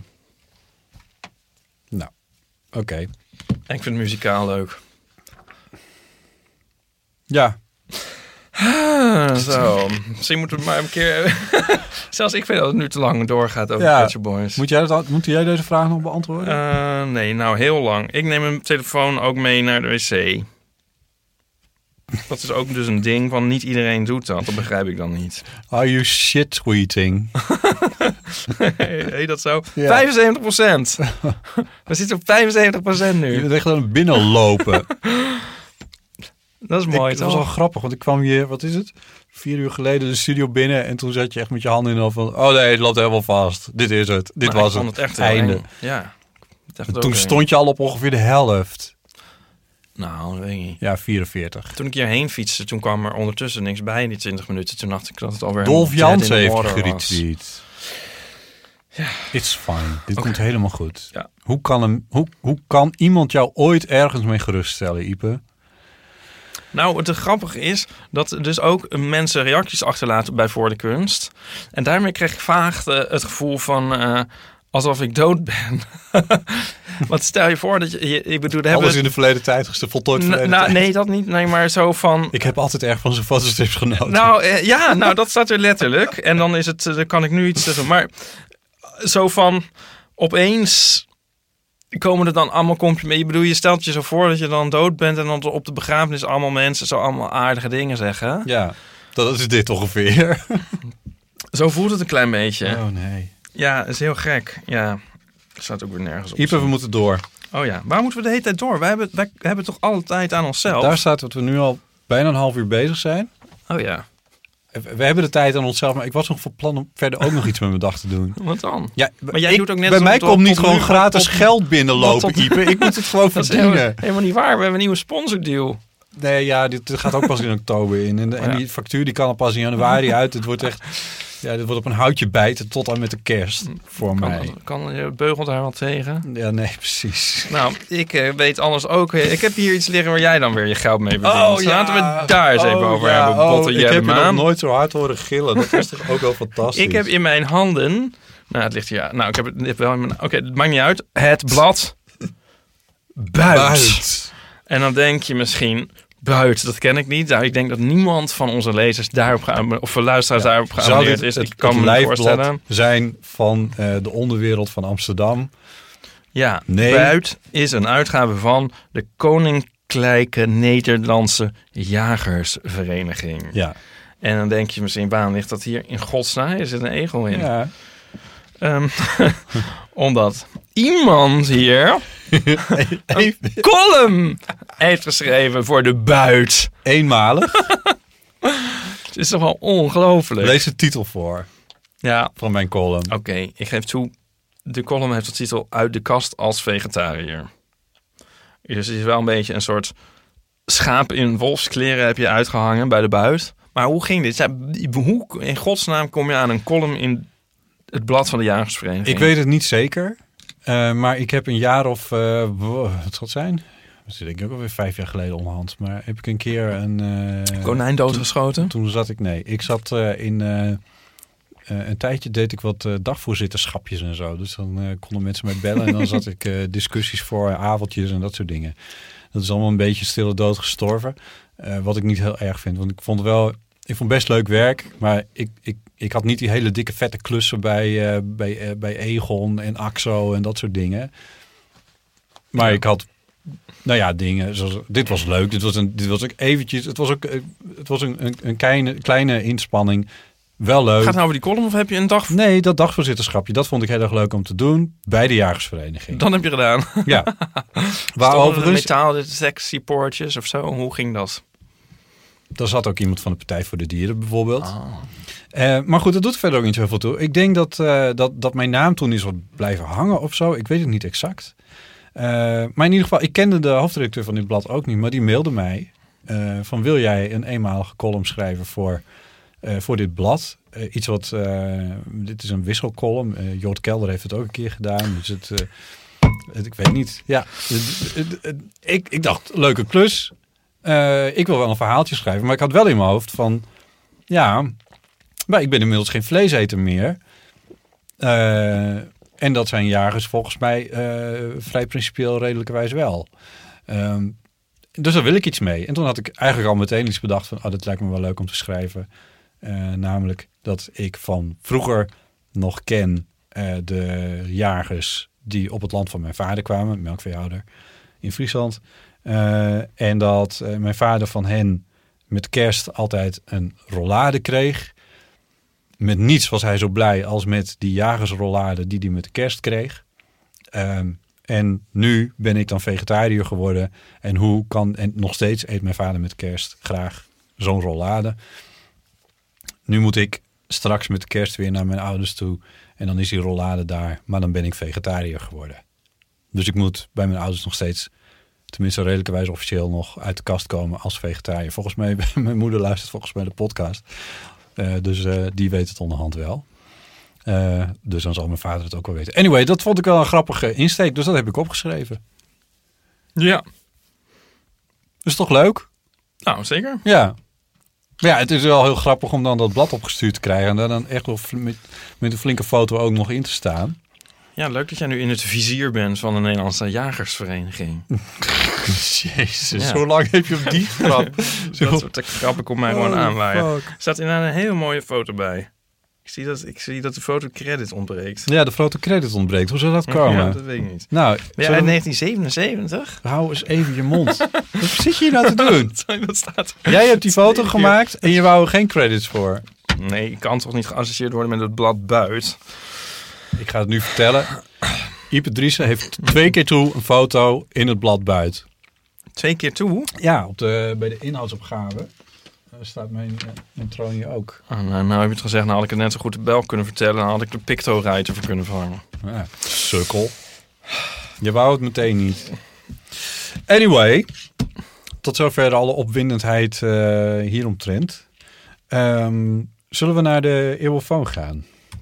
D: Nou, oké.
C: En ik vind het muzikaal leuk.
D: Ja.
C: Ah, zo. Misschien moeten we maar een keer... Zelfs ik vind dat het nu te lang doorgaat over
D: Ja.
C: Pet Shop Boys.
D: Moet jij, dat, moet jij deze vraag nog beantwoorden?
C: Uh, nee, nou heel lang. Ik neem mijn telefoon ook mee naar de wc. Dat is ook dus een ding van niet iedereen doet dat. Dat begrijp ik dan niet.
D: Are you shit-tweeting?
C: Heet dat zo?
D: Ja.
C: vijfenzeventig procent. We zitten op vijfenzeventig procent
D: Je
C: nu.
D: bent echt aan het binnenlopen.
C: Dat is mooi,
D: ik, dat was wel
C: toch?
D: grappig, want ik kwam hier, wat is het? Vier uur geleden de studio binnen en toen zat je echt met je handen in de van, oh nee, het loopt helemaal vast. Dit is het. Dit
C: Nou,
D: was
C: ik
D: het.
C: vond het echt heel
D: Einde.
C: eng. Ja. Het echt
D: En
C: ook
D: toen
C: eng.
D: stond je al op ongeveer de helft.
C: Nou, dat weet ik niet.
D: Ja, vierenveertig.
C: Toen ik hierheen fietste, toen kwam er ondertussen niks bij in die twintig minuten. Toen dacht ik dat het alweer...
D: Dolf
C: een jet in
D: Jans
C: the
D: heeft
C: water was.
D: geretweet.
C: Ja.
D: It's fine. Dit
C: Okay.
D: komt helemaal goed.
C: Ja.
D: Hoe, kan hem, hoe, hoe kan iemand jou ooit ergens mee geruststellen, Ipe?
C: Nou, het grappige is dat dus ook mensen reacties achterlaten bij Voor de Kunst. En daarmee kreeg ik vaag uh, het gevoel van uh, alsof ik dood ben. Want stel je voor dat je... je ik bedoel,
D: Alles
C: hebben...
D: in de verleden tijd, is de voltooid verleden
C: nou,
D: tijd.
C: nee, dat niet. Nee, maar zo van...
D: Ik heb altijd erg van zijn fotostrips genoten.
C: Nou, eh, ja, nou, dat staat er letterlijk. En dan is het, dan kan ik nu iets zeggen. Maar zo van, opeens komen er dan allemaal complimenten. Ik bedoel, je stelt je zo voor dat je dan dood bent en dan op de begrafenis allemaal mensen zo allemaal aardige dingen zeggen.
D: Ja, dat is dit ongeveer.
C: Zo voelt het een klein beetje.
D: Oh nee.
C: Ja, dat is heel gek. Ja, dat staat ook weer nergens op.
D: Ipe, we moeten door.
C: Oh ja, waar moeten we de hele tijd door? Wij hebben, wij hebben toch alle tijd aan onszelf?
D: Daar staat dat we nu al bijna een half uur bezig zijn.
C: Oh ja.
D: We hebben de tijd aan onszelf, maar ik was nog van plan om verder ook nog iets met mijn dag te doen.
C: Wat dan?
D: Ja,
C: Maar jij
D: ik,
C: doet ook net
D: bij
C: alsof
D: mij
C: het
D: komt
C: tot
D: niet gewoon
C: nu-
D: gratis
C: tot-
D: geld binnenlopen,
C: tot-
D: Ipe. Ik moet het gewoon
C: Dat is
D: verdienen.
C: helemaal, helemaal niet waar. We hebben een nieuwe sponsordeal.
D: Nee, ja, dit gaat ook pas in oktober in. En, de- en
C: Ja.
D: die factuur die kan al pas in januari uit. Het wordt echt, ja, dit wordt op een houtje bijten tot aan met de kerst voor mij.
C: Kan, kan je beugelt daar wel tegen?
D: Ja, nee, precies.
C: Nou, ik eh, weet anders ook. eh, Ik heb hier iets liggen waar jij dan weer je geld mee verdient.
D: Oh, ja.
C: Laten we daar eens even
D: Oh,
C: over
D: ja.
C: hebben. Botte
D: Oh, ik heb je nog
C: Jellema.
D: nooit zo hard horen gillen. Dat is toch ook wel fantastisch.
C: Ik heb in mijn handen... Nou, het ligt hier... ja, Nou, ik heb het, dit wel in mijn... Oké, het maakt niet uit. Het blad Buit.
D: Buit.
C: En dan denk je misschien... Buit, dat ken ik niet. Nou, ik denk dat niemand van onze lezers daarop geabonneerd... of luisteraars
D: Ja.
C: daarop
D: Zou
C: geabonneerd
D: dit
C: is.
D: het,
C: Ik kan
D: het
C: me
D: lijfblad
C: voorstellen.
D: zijn van uh, de onderwereld van Amsterdam?
C: Ja,
D: Nee.
C: Buit is een uitgave van de Koninklijke Nederlandse Jagersvereniging.
D: Ja.
C: En dan denk je misschien, waarom ligt dat hier in godsnaam? Er zit een egel in.
D: Ja.
C: Um, omdat iemand hier een column heeft geschreven voor de Buit.
D: Eenmalig.
C: Het is toch wel ongelooflijk.
D: Lees de titel voor
C: Ja,
D: van mijn column.
C: oké. Ik geef toe, de column heeft de titel Uit de kast als vegetariër. Dus het is wel een beetje een soort schaap in wolfskleren heb je uitgehangen bij de Buit. Maar hoe ging dit? Ja, hoe in godsnaam kom je aan een column in het blad van de Jagersvereniging?
D: Ik weet het niet zeker. Uh, maar ik heb een jaar of... Uh, wow, wat zal het zijn? Dat zit denk ik ook alweer vijf jaar geleden onderhand. Maar heb ik een keer een... Uh,
C: Konijn doodgeschoten?
D: Toen, toen zat ik... Nee, ik zat uh, in... Uh, uh, een tijdje deed ik wat uh, dagvoorzitterschapjes en zo. Dus dan uh, konden mensen mij bellen. En dan zat ik uh, discussies voor, uh, avondjes en dat soort dingen. Dat is allemaal een beetje stille dood gestorven. Uh, wat ik niet heel erg vind. Want ik vond wel... Ik vond best leuk werk. Maar ik... ik Ik had niet die hele dikke vette klussen bij, uh, bij, uh, bij Egon en Axo en dat soort dingen. Maar ja. ik had, nou ja, dingen zoals, dit was leuk. Dit was een, dit was ook eventjes, het was ook, uh, het was een, een, een kleine, kleine inspanning. Wel leuk.
C: Gaat het nou over die column of heb je een dag...
D: Nee, dat dagvoorzitterschapje, dat vond ik heel erg leuk om te doen bij de Jagersvereniging.
C: Dan heb je gedaan.
D: Ja.
C: Waar
D: overigens...
C: metaaldetectiepoortjes of zo? Hoe ging dat?
D: Daar zat ook iemand van de Partij voor de Dieren bijvoorbeeld. Oh. Uh, maar goed, dat doet verder ook niet zoveel toe. Ik denk dat, uh, dat, dat mijn naam toen is wat blijven hangen of zo. Ik weet het niet exact. Uh, maar in ieder geval, ik kende de hoofdredacteur van dit blad ook niet. Maar die mailde mij uh, van wil jij een eenmalige column schrijven voor, uh, voor dit blad? Uh, iets wat, uh, dit is een wisselcolumn. Uh, Jort Kelder heeft het ook een keer gedaan. Dus het, uh, het ik weet niet. Ja, het, het, het, ik, ik dacht, leuke klus. Uh, ik wil wel een verhaaltje schrijven. Maar ik had wel in mijn hoofd van, ja... Maar ik ben inmiddels geen vleeseter meer. Uh, en dat zijn jagers volgens mij uh, vrij principieel redelijkerwijs wel. Um, dus daar wil ik iets mee. En toen had ik eigenlijk al meteen iets bedacht van... Oh, dat lijkt me wel leuk om te schrijven. Uh, namelijk dat ik van vroeger nog ken uh, de jagers... die op het land van mijn vader kwamen. Melkveehouder in Friesland. Uh, en dat uh, mijn vader van hen met kerst altijd een rollade kreeg... Met niets was hij zo blij als met die jagersrollade die hij met de kerst kreeg. Um, en nu ben ik dan vegetariër geworden. En hoe kan... En nog steeds eet mijn vader met kerst graag zo'n rollade. Nu moet ik straks met kerst weer naar mijn ouders toe. En dan is die rollade daar. Maar dan ben ik vegetariër geworden. Dus ik moet bij mijn ouders nog steeds... tenminste redelijkerwijs officieel nog uit de kast komen als vegetariër. Volgens mij, mijn moeder luistert volgens mij de podcast... Uh, dus uh, die weet het onderhand wel. Uh, dus dan zal mijn vader het ook wel weten. Anyway, dat vond ik wel een grappige insteek. Dus dat heb ik opgeschreven.
C: Ja.
D: Is toch leuk?
C: Nou, zeker.
D: Ja. Ja, het is wel heel grappig om dan dat blad opgestuurd te krijgen. En daar dan echt wel met, met een flinke foto ook nog in te staan.
C: Ja, leuk dat jij nu in het vizier bent van de Nederlandse Jagersvereniging.
D: Jezus, ja. Zo lang heb je op die grap.
C: Dat soort grap, ik kom mij oh, gewoon aanwaaien. Er staat inderdaad een hele mooie foto bij. Ik zie dat, ik zie dat de fotocredit ontbreekt.
D: Ja, de fotocredit ontbreekt. Hoe zou dat komen?
C: Ja, dat weet ik niet.
D: Nou,
C: ben jij uit negentien zevenenzeventig?
D: Hou eens even je mond. Wat zit je hier nou te doen?
C: Dat staat
D: jij hebt die foto gemaakt en je wou er geen credits voor.
C: Nee, ik kan toch niet geassocieerd worden met het blad Buit.
D: Ik ga het nu vertellen. Ipe Driessen heeft twee keer toe een foto in het blad Buit.
C: Twee keer toe?
D: Ja, op de, bij de inhoudsopgave staat mijn, uh, mijn troon hier ook.
C: Oh, nou, nou heb je het gezegd, nou had ik het net zo goed de bel kunnen vertellen. Dan had ik de picto-ruiter voor kunnen vervangen.
D: Ja, sukkel. Je wou het meteen niet. Anyway, tot zover alle opwindendheid uh, hieromtrent. Um, zullen we naar de eeuwofoon gaan?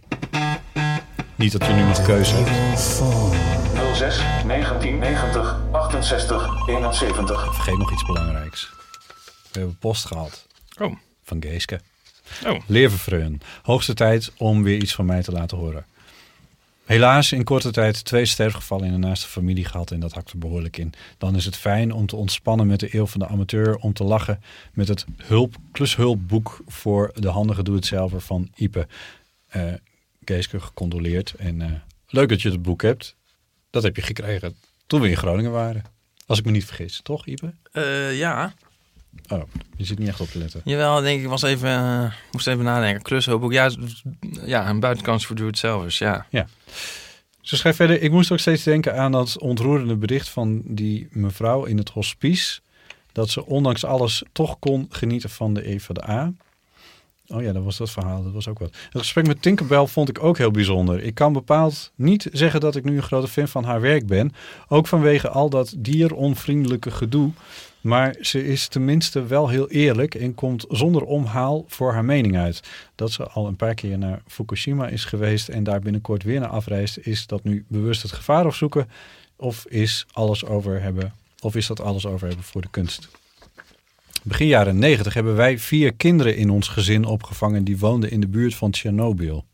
D: Niet dat je nu nog keuze hebt.
E: nul zes negentien negentig achtenzestig eenenzeventig.
D: Vergeet nog iets belangrijks. We hebben post gehad.
C: Oh.
D: Van Geeske.
C: Oh.
D: Leervervreun. Hoogste tijd om weer iets van mij te laten horen. Helaas in korte tijd twee sterfgevallen in de naaste familie gehad en dat hakt er behoorlijk in. Dan is het fijn om te ontspannen met de eeuw van de amateur, om te lachen met het hulp, klushulpboek voor de handige doe-het-zelver van Ipe. Uh, Geeske, gecondoleerd en uh, leuk dat je het boek hebt. Dat heb je gekregen toen we in Groningen waren. Als ik me niet vergis, toch Ipe?
C: Uh, ja.
D: Oh, je zit niet echt op te letten.
C: Jawel, denk ik, was even, uh, moest even nadenken. Klushulpboek, ja, ja, een buitenkans voor doe-het-zelvers, ja.
D: Ja. Ze schrijft verder, ik moest ook steeds denken aan dat ontroerende bericht van die mevrouw in het hospice. Dat ze ondanks alles toch kon genieten van de E van de A. Oh ja, dat was dat verhaal. Dat was ook wat. Het gesprek met Tinkerbell vond ik ook heel bijzonder. Ik kan bepaald niet zeggen dat ik nu een grote fan van haar werk ben. Ook vanwege al dat dieronvriendelijke gedoe. Maar ze is tenminste wel heel eerlijk en komt zonder omhaal voor haar mening uit. Dat ze al een paar keer naar Fukushima is geweest en daar binnenkort weer naar afreist. Is dat nu bewust het gevaar opzoeken? Of is, alles over hebben, of is dat alles over hebben voor de kunst? Begin jaren negentig hebben wij vier kinderen in ons gezin opgevangen die woonden in de buurt van Tsjernobyl.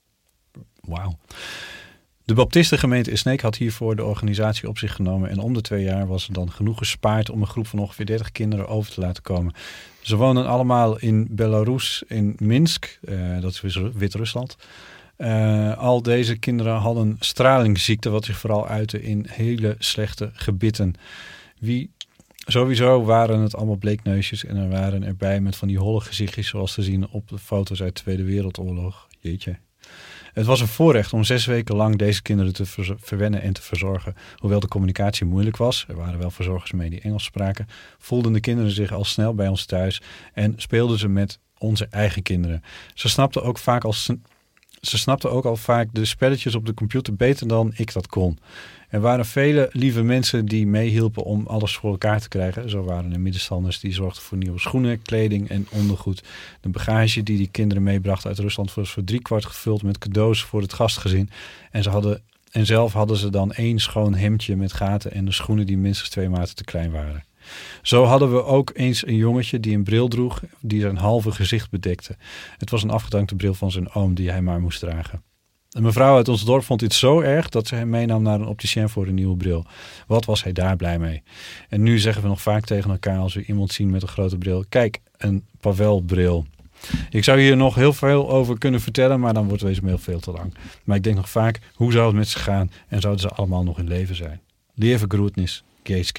D: Wauw. De baptistengemeente in Sneek had hiervoor de organisatie op zich genomen en om de twee jaar was er dan genoeg gespaard om een groep van ongeveer dertig kinderen over te laten komen. Ze woonden allemaal in Belarus, in Minsk, uh, dat is Wit-Rusland. Uh, al deze kinderen hadden stralingsziekte, wat zich vooral uitte in hele slechte gebitten. Wie... Sowieso waren het allemaal bleekneusjes en er waren erbij met van die holle gezichtjes zoals te zien op de foto's uit de Tweede Wereldoorlog. Jeetje. Het was een voorrecht om zes weken lang deze kinderen te ver- verwennen en te verzorgen. Hoewel de communicatie moeilijk was, er waren wel verzorgers mee die Engels spraken, voelden de kinderen zich al snel bij ons thuis en speelden ze met onze eigen kinderen. Ze snapten ook vaak al, ze snapten ook al vaak de spelletjes op de computer beter dan ik dat kon. Er waren vele lieve mensen die meehielpen om alles voor elkaar te krijgen. Zo waren er middenstanders die zorgden voor nieuwe schoenen, kleding en ondergoed. De bagage die die kinderen meebrachten uit Rusland was voor driekwart gevuld met cadeaus voor het gastgezin. En, ze hadden, en zelf hadden ze dan één schoon hemdje met gaten en de schoenen die minstens twee maten te klein waren. Zo hadden we ook eens een jongetje die een bril droeg die zijn halve gezicht bedekte. Het was een afgedankte bril van zijn oom die hij maar moest dragen. Een mevrouw uit ons dorp vond dit zo erg dat ze hem meenam naar een opticien voor een nieuwe bril. Wat was hij daar blij mee. En nu zeggen we nog vaak tegen elkaar als we iemand zien met een grote bril. Kijk, een Pavel-bril. Ik zou hier nog heel veel over kunnen vertellen, maar dan wordt het heel veel te lang. Maar ik denk nog vaak, hoe zou het met ze gaan en zouden ze allemaal nog in leven zijn? Lieve groetnis, Geeske.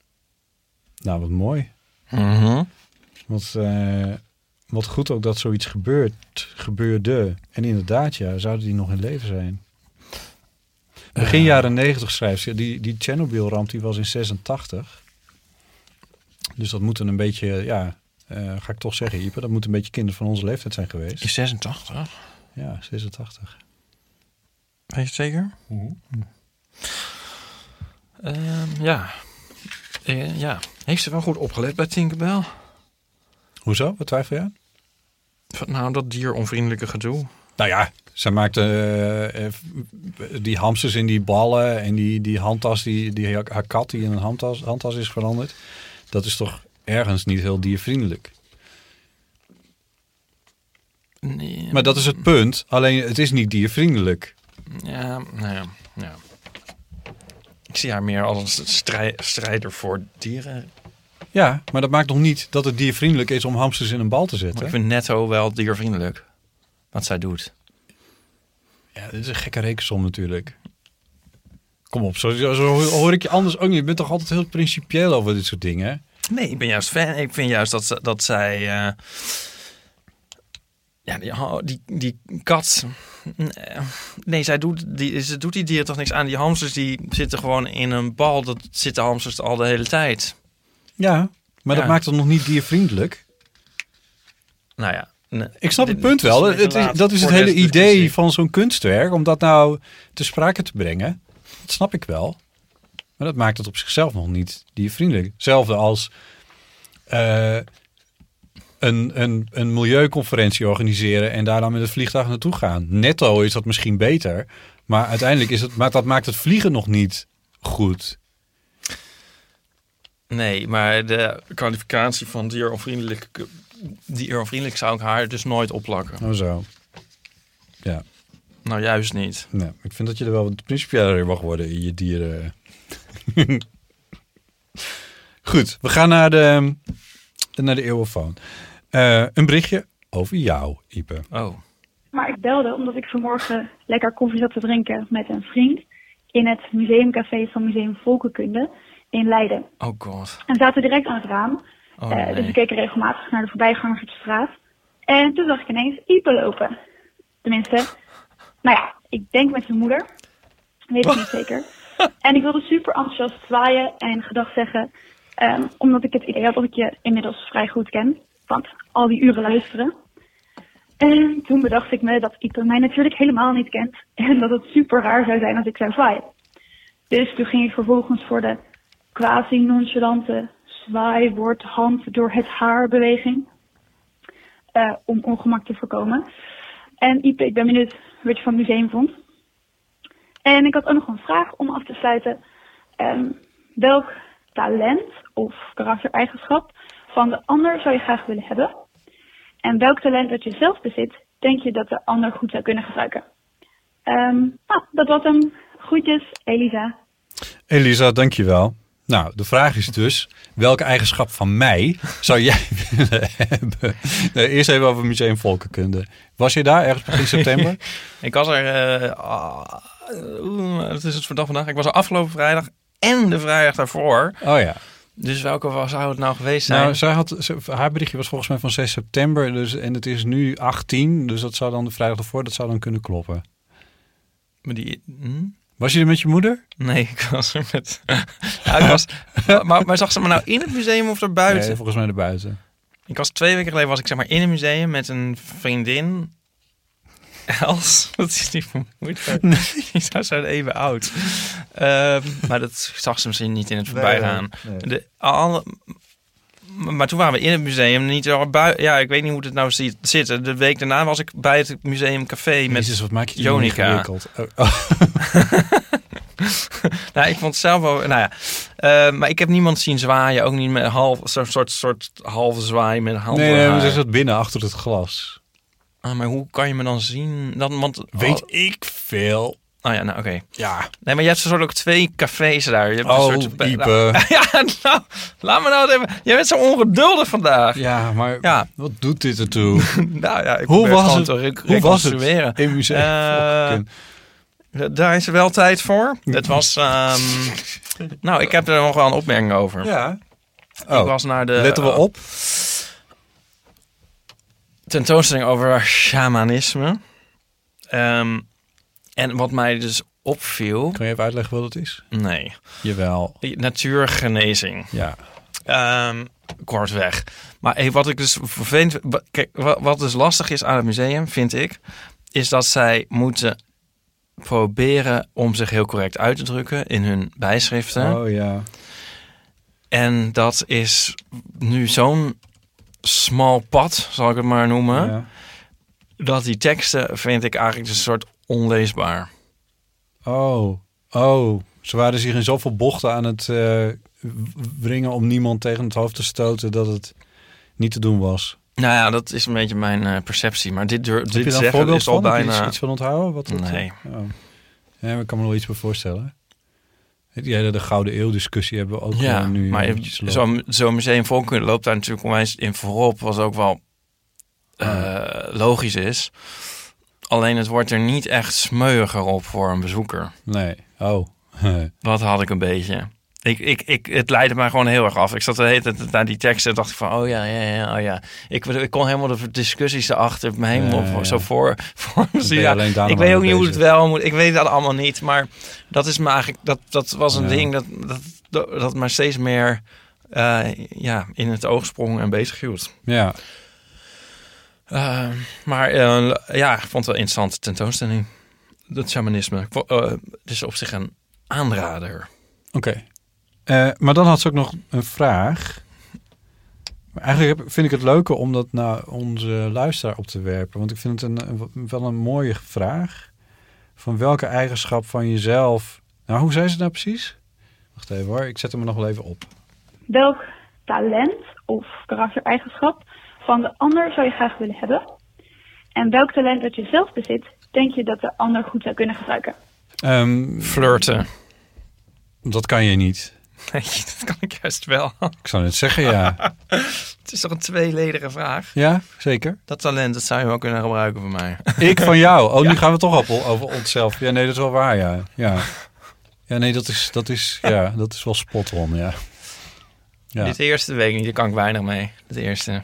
D: Nou, wat mooi.
C: Mm-hmm.
D: Wat... Uh, Wat goed ook dat zoiets gebeurt, gebeurde. En inderdaad, ja, zouden die nog in leven zijn? Begin uh. jaren negentig schrijft ze. Die, die Tsjernobyl-ramp die was in zesentachtig. Dus dat moet een beetje, ja, uh, ga ik toch zeggen, Ipe, dat moet een beetje kinderen van onze leeftijd zijn geweest.
C: In zesentachtig?
D: Ja, zesentachtig.
C: Weet je het zeker?
D: Mm-hmm.
C: Uh, ja. Uh, ja. Heeft ze wel goed opgelet bij Tinkerbell?
D: Hoezo? Wat twijfel je aan?
C: Nou, dat dieronvriendelijke gedoe.
D: Nou ja, zij maakte uh, die hamsters in die ballen en die, die handtas, die, die haar kat die in een handtas, handtas is veranderd. Dat is toch ergens niet heel diervriendelijk.
C: Nee,
D: maar dat is het punt. Alleen het is niet diervriendelijk.
C: Ja, nou ja, ja. Ik zie haar meer als een strij, strijder voor dieren.
D: Ja, maar dat maakt nog niet dat het diervriendelijk is om hamsters in een bal te zetten.
C: Maar ik vind Netto wel diervriendelijk. Wat zij doet.
D: Ja, dit is een gekke rekensom natuurlijk. Kom op, zo, zo hoor ik je anders ook niet. Je bent toch altijd heel principieel over dit soort dingen?
C: Nee, ik ben juist fan. Ik vind juist dat, dat zij... Uh, ja, die, die, die kat... Nee, zij doet die, ze doet die dieren toch niks aan. Die hamsters die zitten gewoon in een bal. Dat zitten hamsters al de hele tijd.
D: Ja, maar ja. Dat maakt het nog niet diervriendelijk.
C: Nou ja. Nee,
D: ik snap het punt wel. Het is, dat is het hele idee van zo'n kunstwerk. Om dat nou te sprake te brengen. Dat snap ik wel. Maar dat maakt het op zichzelf nog niet diervriendelijk. Hetzelfde als uh, een, een, een milieuconferentie organiseren en daar dan met het vliegtuig naartoe gaan. Netto is dat misschien beter. Maar uiteindelijk is het, maar dat maakt het vliegen nog niet goed.
C: Nee, maar de kwalificatie van dieronvriendelijk, dieronvriendelijk zou ik haar dus nooit opplakken.
D: Oh zo. Ja.
C: Nou, juist niet.
D: Nee, ik vind dat je er wel wat principiëler in mag worden in je dieren. Goed, we gaan naar de, naar de eeuwenfoon. Uh, een berichtje over jou, Ipe.
C: Oh.
F: Maar ik belde omdat ik vanmorgen lekker koffie zat te drinken met een vriend in het museumcafé van Museum Volkenkunde in Leiden.
C: Oh god.
F: En we zaten direct aan het raam.
C: Oh,
F: uh,
C: nee.
F: Dus we keken regelmatig naar de voorbijgangers op de straat. En toen zag ik ineens Ipe lopen. Tenminste, nou ja, ik denk met zijn moeder. Weet ik niet zeker. En ik wilde super enthousiast zwaaien en gedag zeggen. Um, omdat ik het idee had dat ik je inmiddels vrij goed ken. Want al die uren luisteren. En toen bedacht ik me dat Ipe mij natuurlijk helemaal niet kent. En dat het super raar zou zijn als ik zou zwaaien. Dus toen ging ik vervolgens voor de quasi-nonchalante zwaaiwoord hand door het haar beweging. Uh, om ongemak te voorkomen. En Ipe, ik ben benieuwd wat je van het museum vond. En ik had ook nog een vraag om af te sluiten. Um, welk talent of karaktereigenschap van de ander zou je graag willen hebben? En welk talent dat je zelf bezit, denk je dat de ander goed zou kunnen gebruiken? Um, nou, dat was hem. Groetjes, Elisa.
D: Elisa, dankjewel. Nou, de vraag is dus, welke eigenschap van mij zou jij willen hebben? Nee, eerst even over Museum Volkenkunde. Was je daar ergens begin september?
C: Ik was er, uh, uh, het is het voor dag vandaag, ik was er afgelopen vrijdag en de vrijdag daarvoor.
D: Oh ja.
C: Dus welke zou het nou geweest zijn?
D: Nou, zij had, ze, haar berichtje was volgens mij van zes september dus, en het is nu achttien. Dus dat zou dan de vrijdag ervoor, dat zou dan kunnen kloppen.
C: Maar die... Hm?
D: Was je er met je moeder?
C: Nee, ik was er met... ja, ik was, maar, maar zag ze me nou in het museum of erbuiten?
D: Nee, volgens mij erbuiten.
C: Ik was twee weken geleden was ik zeg maar in een museum met een vriendin. Els, dat is niet mijn moeder. Nee. Die is zo even oud. Uh, maar dat zag ze misschien niet in het voorbijgaan. Nee, nee. De, alle, maar toen waren we in het museum niet al buiten. Ja, ik weet niet hoe het nou ziet, zit. De week daarna was ik bij het museumcafé met
D: Jezus, wat maak je
C: Jonica.
D: Oh. Oh.
C: Nou, ik vond het zelf wel... Nou ja, uh, maar ik heb niemand zien zwaaien. Ook niet met een half, zo'n soort, soort halve zwaai met een hand.
D: Nee, nee, maar ze zat binnen achter het glas.
C: Ah, maar hoe kan je me dan zien? Dan, want,
D: weet oh, ik veel.
C: Oh ja, nou oké. Okay.
D: Ja.
C: Nee, maar je hebt soort ook twee cafés daar. Je hebt
D: oh,
C: een soort...
D: Ipe.
C: Ja, nou, laat me nou even... Jij bent zo ongeduldig vandaag.
D: Ja, maar ja. Wat doet dit ertoe?
C: Nou ja, ik
D: hoe was het?
C: Te
D: hoe was het in museum?
C: Uh, daar is er wel tijd voor. Het was... Um, nou, ik heb er nog wel een opmerking over.
D: Ja.
C: Oh, ik was naar de...
D: Letten we op. Uh,
C: tentoonstelling over shamanisme. Um, en wat mij dus opviel...
D: Kan je even uitleggen wat het is?
C: Nee.
D: Jawel.
C: Natuurgenezing.
D: Ja.
C: Um, kortweg. Maar hey, wat ik dus vervelend... Kijk, wat, wat dus lastig is aan het museum, vind ik... is dat zij moeten proberen om zich heel correct uit te drukken... in hun bijschriften.
D: Oh ja.
C: En dat is nu zo'n smal pad, zal ik het maar noemen...
D: Ja.
C: dat die teksten vind ik eigenlijk een soort onleesbaar.
D: Oh, oh. Ze waren zich in zoveel bochten aan het uh, wringen om niemand tegen het hoofd te stoten dat het niet te doen was.
C: Nou ja, dat is een beetje mijn uh, perceptie. Maar dit, dur- dit
D: Heb je daar
C: zeggen
D: een
C: is al
D: van?
C: bijna...
D: Heb je iets, iets van onthouden? Wat dat,
C: Nee.
D: Oh. Ja, ik kan me nog iets bij voorstellen. Die hele de Gouden Eeuw discussie hebben we ook
C: Ja,
D: uh, nu
C: maar zo'n zo museum Volkenkunde loopt daar natuurlijk onwijs in voorop, wat ook wel uh, oh. logisch is. Alleen het wordt er niet echt smeuiger op voor een bezoeker.
D: Nee, oh.
C: Dat had ik een beetje. Ik, ik, ik, het leidde mij gewoon heel erg af. Ik zat de hele tijd naar die teksten en dacht ik van, oh ja, ja, ja, oh ja. Ik, ik kon helemaal de discussies erachter me heen ja, ja. zo voor, voor me zien. Ja, ik weet ook niet hoe het wel moet. Ik weet dat allemaal niet, maar dat is me eigenlijk, dat, dat was een ja. ding dat, dat, dat, dat maar steeds meer uh, ja, in het oog sprong en bezig hield.
D: Ja.
C: Uh, maar uh, ja, ik vond het wel een interessante tentoonstelling. Dat shamanisme. Uh, het is op zich een aanrader.
D: Oké. Okay. Uh, maar dan had ze ook nog een vraag. Maar eigenlijk heb, vind ik het leuker om dat naar onze luisteraar op te werpen. Want ik vind het een, een, wel een mooie vraag. Van welke eigenschap van jezelf... Nou, hoe zei ze het nou precies? Wacht even hoor, ik zet hem er nog wel even op.
F: Welk talent of karaktereigenschap van de ander zou je graag willen hebben? En welk talent dat je zelf bezit, denk je dat de ander goed zou kunnen gebruiken?
D: Um,
C: Flirten.
D: Dat kan je niet.
C: Nee, dat kan ik juist wel.
D: Ik zou net zeggen, ja.
C: Het is toch een tweeledige vraag?
D: Ja, zeker.
C: Dat talent, dat zou je wel kunnen gebruiken voor mij.
D: Ik van jou? Oh, ja. Nu gaan we toch op over onszelf. Ja, nee, dat is wel waar, ja. Ja, ja nee, dat is, dat is, ja, dat is wel spot on, ja. ja.
C: Dit eerste weet ik niet, daar kan ik weinig mee. Het eerste.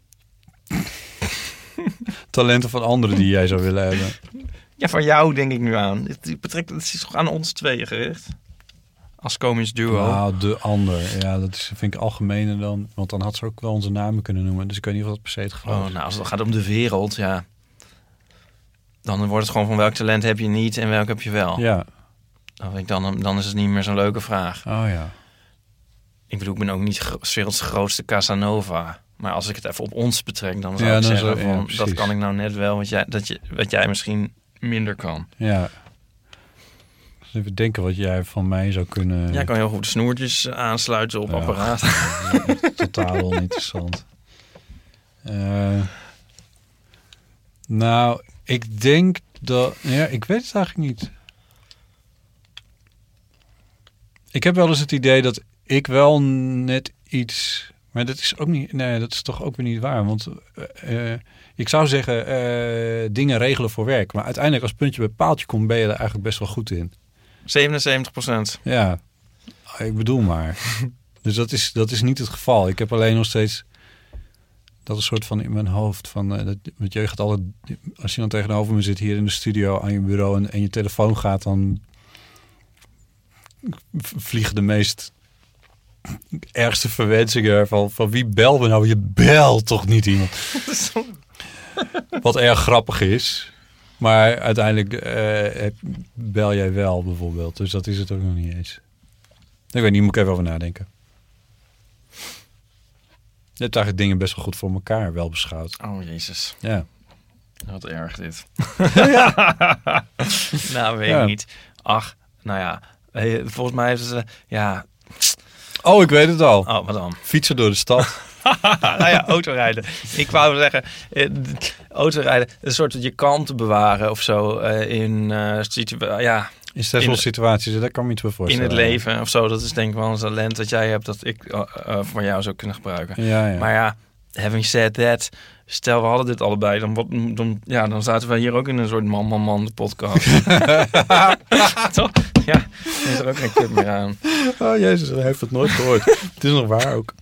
D: Talenten van anderen die jij zou willen hebben.
C: Ja, van jou denk ik nu aan. Het, betrekt, het is toch aan ons tweeën gericht? Als komisch duo.
D: Nou, de ander. Ja, dat is, vind ik algemener dan... Want dan had ze ook wel onze namen kunnen noemen. Dus ik weet niet of dat per se het geval is.
C: Oh, nou, als het gaat om de wereld, ja. Dan wordt het gewoon van welk talent heb je niet en welk heb je wel.
D: Ja.
C: Dan, dan, dan is het niet meer zo'n leuke vraag.
D: Oh ja.
C: Ik bedoel, ik ben ook niet de werelds grootste Casanova. Maar als ik het even op ons betrek, dan zou
D: ja,
C: ik
D: dan
C: zeggen
D: zo, ja,
C: van, dat kan ik nou net wel, wat jij, dat je, wat jij misschien minder kan.
D: Ja. Even denken wat jij van mij zou kunnen...
C: Jij kan heel goed de snoertjes aansluiten op ja, apparaat.
D: Ja, totaal oninteressant. Uh, nou, ik denk dat... Ja, ik weet het eigenlijk niet. Ik heb wel eens het idee dat ik wel net iets... Maar dat is ook niet... Nee, dat is toch ook weer niet waar. Want uh, uh, ik zou zeggen uh, dingen regelen voor werk. Maar uiteindelijk als puntje bij paaltje komt, ben je er eigenlijk best wel goed in.
C: zevenenzeventig procent.
D: Ja, ik bedoel maar. Dus dat is, dat is niet het geval. Ik heb alleen nog steeds dat een soort van in mijn hoofd. Van, uh, dat, want je gaat altijd, als je dan tegenover me zit hier in de studio aan je bureau en, en je telefoon gaat, dan vliegen de meest ergste verwensingen van, van wie belt me nou? Je belt toch niet iemand? Wat erg grappig is. Maar uiteindelijk uh, bel jij wel bijvoorbeeld. Dus dat is het ook nog niet eens. Ik weet niet, moet ik even over nadenken. Je hebt eigenlijk dingen best wel goed voor elkaar, wel beschouwd.
C: Oh, jezus.
D: Ja.
C: Wat erg dit. Ja. Nou, weet ik ja. niet. Ach, nou ja. Volgens mij is het... ja.
D: Oh, ik weet het al.
C: Oh, wat dan?
D: Fietsen door de stad.
C: Nou ja, autorijden. Ik wou zeggen, eh, autorijden, een soort je kalm te bewaren of zo uh, in uh, situa- ja.
D: In stressvolle situaties, daar kan me iets bij voorstellen.
C: In het leven of zo, dat is denk ik wel een talent dat jij hebt dat ik uh, uh, voor jou zou kunnen gebruiken.
D: Ja, ja.
C: Maar ja, having said that, stel we hadden dit allebei, dan, dan, ja, dan zaten we hier ook in een soort man, man, man, de podcast. Toch? Ja, er is er ook geen kut meer aan.
D: Oh jezus, hij heeft het nooit gehoord. Het is nog waar ook.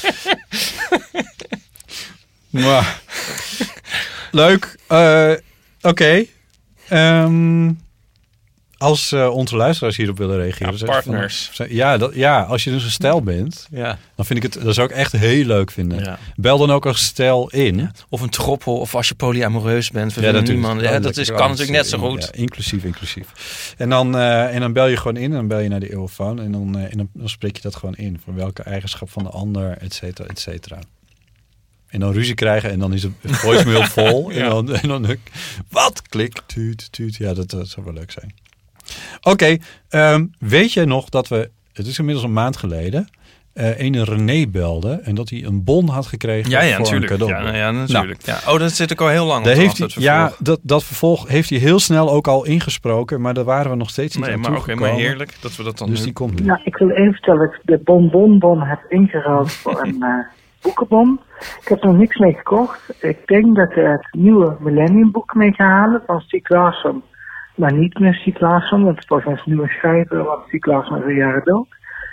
D: Maar leuk. Uh, Oké. Okay. Um, als uh, onze luisteraars hierop willen reageren.
C: Ja, partners.
D: Van, ja, dat, ja, als je dus een stel bent,
C: ja.
D: dan vind ik het, dat zou ik echt heel leuk vinden. Ja. Bel dan ook als stel in. Ja.
C: Of een troppel, of als je polyamoreus bent. Ja, dat niemand. Ja, dat is, kan natuurlijk net zo goed.
D: Ja, inclusief, inclusief. En dan, uh, en dan bel je gewoon in, en dan bel je naar de eeuwofoon en dan, uh, en dan, dan spreek je dat gewoon in. Voor welke eigenschap van de ander, et cetera, et cetera. En dan ruzie krijgen en dan is het voicemail vol. ja. En dan, en dan wat? Klik, tuut, tuut. Ja, dat, dat zou wel leuk zijn. Oké, okay, um, weet jij nog dat we, het is inmiddels een maand geleden, uh, ene René belde en dat hij een bon had gekregen
C: ja, ja,
D: voor
C: natuurlijk.
D: een cadeau.
C: Ja, ja, natuurlijk. Nou, ja. Oh, dat zit ook al heel lang
D: op
C: heeft
D: hij, dat Ja, dat, dat vervolg heeft hij heel snel ook al ingesproken, maar daar waren we nog steeds niet
C: nee,
D: aan
C: maar
D: toegekomen.
C: ook helemaal heerlijk dat we dat dan
D: dus
C: nu...
D: die komt nu.
G: Ja, ik wil even vertellen dat ik de bonbonbon heb ingeruild voor een uh, boekenbon. Ik heb er nog niks mee gekocht. Ik denk dat ik het nieuwe Millennium boek mee ga halen van Stieg Larsson. Maar niet meer Stieg Larsson, want het was een nieuwe schrijver, want Stieg Larsson is een jaren dood.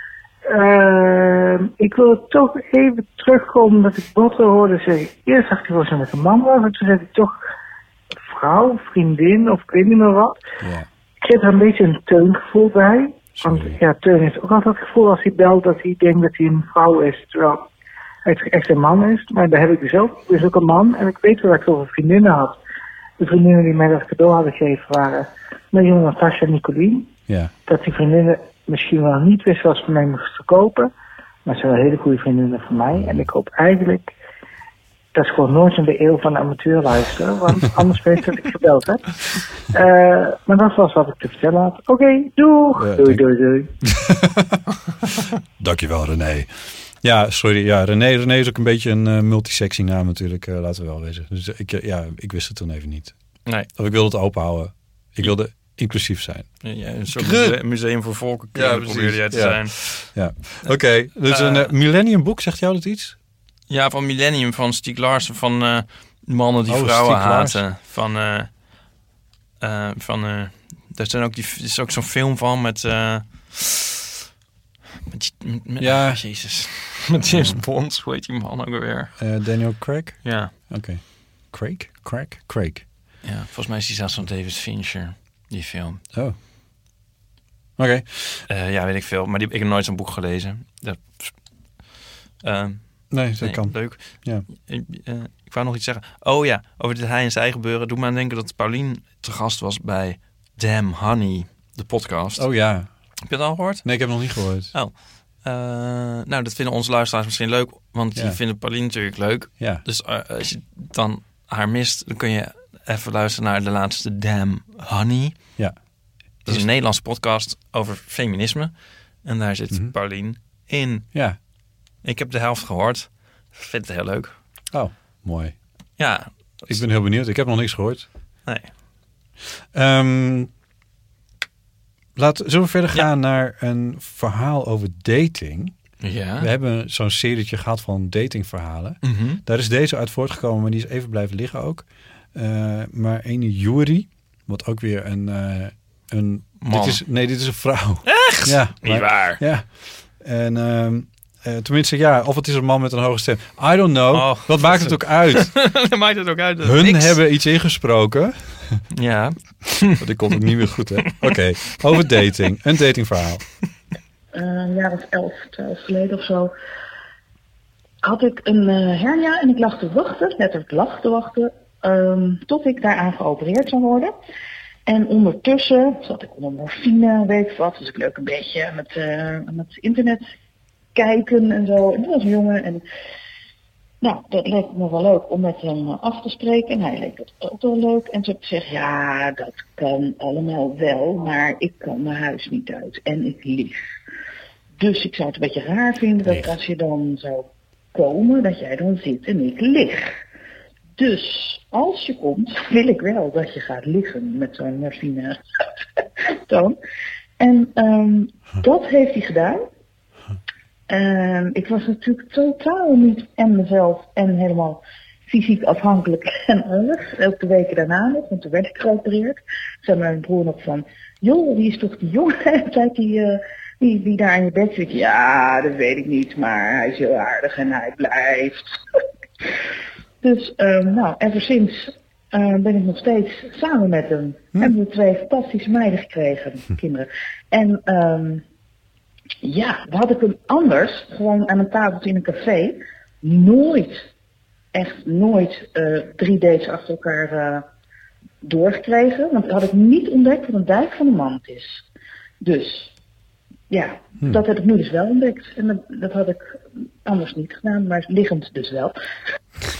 G: Uh, ik wil toch even terugkomen dat ik Botte hoorde zeggen. Eerst dacht ik wel dat het een man was, en toen zei ik toch vrouw, vriendin of ik weet niet meer wat.
D: Ja.
G: Ik heb er een beetje een Teun-gevoel bij. Want ja, Teun heeft ook altijd het gevoel als hij belt dat hij denkt dat hij een vrouw is, terwijl hij echt een man is. Maar daar heb ik dus ook. Ik ben ook een man en ik weet wel dat ik zoveel vriendinnen had. De vriendinnen die mij dat cadeau hadden gegeven waren Marion, Natasja en Nicolien.
D: Ja.
G: Dat die vriendinnen misschien wel niet wisten wat ze van mij moesten kopen. Maar ze waren hele goede vriendinnen van mij. En ik hoop eigenlijk dat ze gewoon nooit in de eeuw van de amateur luisteren. Want anders weet ik dat ik gebeld heb. Uh, maar dat was wat ik te vertellen had. Oké, okay, doeg! Ja, doei, doei, doei.
D: Dankjewel, René. Ja, sorry. Ja, René, René is ook een beetje een uh, multisexy naam natuurlijk. Uh, laten we wel wezen. Dus ik, uh, ja, ik wist het toen even niet.
C: Nee.
D: Of ik wilde het open houden. Ik wilde inclusief zijn.
C: Ja, een soort muse- museum voor volken ja, probeerde jij te
D: ja.
C: zijn.
D: Ja. Oké, okay, dus uh, een uh, Millennium boek, zegt jou dat iets?
C: Ja, van Millennium, van Stieg Larsson, van uh, mannen die oh, vrouwen Stieg haten. Larsson. Van, uh, uh, van uh, er zijn ook die, er is ook zo'n film van met, uh, met, met, met
D: ja.
C: oh, Jezus, met James Bond, hoe heet die man ook weer?
D: Uh, Daniel Craig?
C: Ja.
D: Oké. Okay. Craig? Craig? Craig.
C: Ja, volgens mij is die zelfs van David Fincher, die film.
D: Oh. Oké. Okay.
C: Uh, ja, weet ik veel. Maar die, ik heb nooit zo'n boek gelezen. Dat, uh,
D: nee, dat
C: nee,
D: kan.
C: Leuk.
D: Ja.
C: Uh, uh, ik wou nog iets zeggen. Oh ja, over dit hij en zij gebeuren. Doe me aan denken dat Paulien te gast was bij Damn Honey, de podcast.
D: Oh ja.
C: Heb je het al gehoord?
D: Nee, ik heb het nog niet gehoord.
C: Oh. Uh, nou, dat vinden onze luisteraars misschien leuk. Want
D: ja.
C: die vinden Paulien natuurlijk leuk.
D: Ja.
C: Dus uh, als je dan haar mist, dan kun je even luisteren naar de laatste Damn Honey.
D: Ja.
C: Dat is een Nederlandse podcast over feminisme. En daar zit mm-hmm. Paulien in.
D: Ja.
C: Ik heb de helft gehoord. Ik vind het heel leuk.
D: Oh, mooi.
C: Ja.
D: Ik ben heel benieuwd. Ik heb nog niks gehoord.
C: Nee.
D: Um, laat, zullen we verder gaan ja. naar een verhaal over dating?
C: Ja.
D: We hebben zo'n serietje gehad van datingverhalen.
C: Mm-hmm.
D: Daar is deze uit voortgekomen, maar die is even blijven liggen ook. Uh, maar ene Juri, wat ook weer een... Uh, een
C: Man.
D: Dit is, nee, dit is een vrouw.
C: Echt?
D: Ja,
C: niet
D: maar,
C: waar.
D: Ja. En um, uh, tenminste, ja, of het is een man met een hoge stem. I don't know.
C: Oh,
D: wat maakt het ook uit?
C: Dat maakt het ook uit.
D: Hun
C: niks.
D: hebben iets ingesproken.
C: Ja.
D: Dat komt ook niet meer goed, hè? Oké, okay. Over dating. Een datingverhaal.
H: Uh, een jaar of elf, twaalf geleden of zo, had ik een uh, hernia en ik lag te wachten, letterlijk lag te wachten, um, tot ik daaraan geopereerd zou worden. En ondertussen zat ik onder morfine, weet ik wat, dus ik leuk een beetje met, uh, met internet kijken en zo. En dat was een jongen en nou, dat leek me wel leuk om met hem af te spreken. En hij leek dat ook wel leuk. En toen heb ik gezegd, ja, dat kan allemaal wel, maar ik kan mijn huis niet uit en ik lieg. Dus ik zou het een beetje raar vinden dat als je dan zou komen, dat jij dan zit en ik lig. Dus als je komt, wil ik wel dat je gaat liggen met zo'n morfine toon. En um, dat heeft hij gedaan. Um, ik was natuurlijk totaal niet en mezelf en helemaal fysiek afhankelijk en alles. Ook de weken daarna nog, want toen werd ik geopereerd. Zei mijn broer nog van, joh, wie is toch die jongen? Zei die... Uh, Die, die daar in je bed zit, ja, dat weet ik niet, maar hij is heel aardig en hij blijft. Dus, um, nou, ever sinds uh, ben ik nog steeds samen met hem. Hm? Hebben we twee fantastische meiden gekregen, hm. kinderen. En um, ja, we hadden hem anders, gewoon aan een tafeltje in een café, nooit, echt nooit uh, drie dates achter elkaar uh, doorgekregen. Want dat had ik niet ontdekt wat een dijk van een man het is. Dus... Ja, hmm. dat heb ik nu dus wel ontdekt. En dat, dat had ik anders niet gedaan, maar liggend dus wel.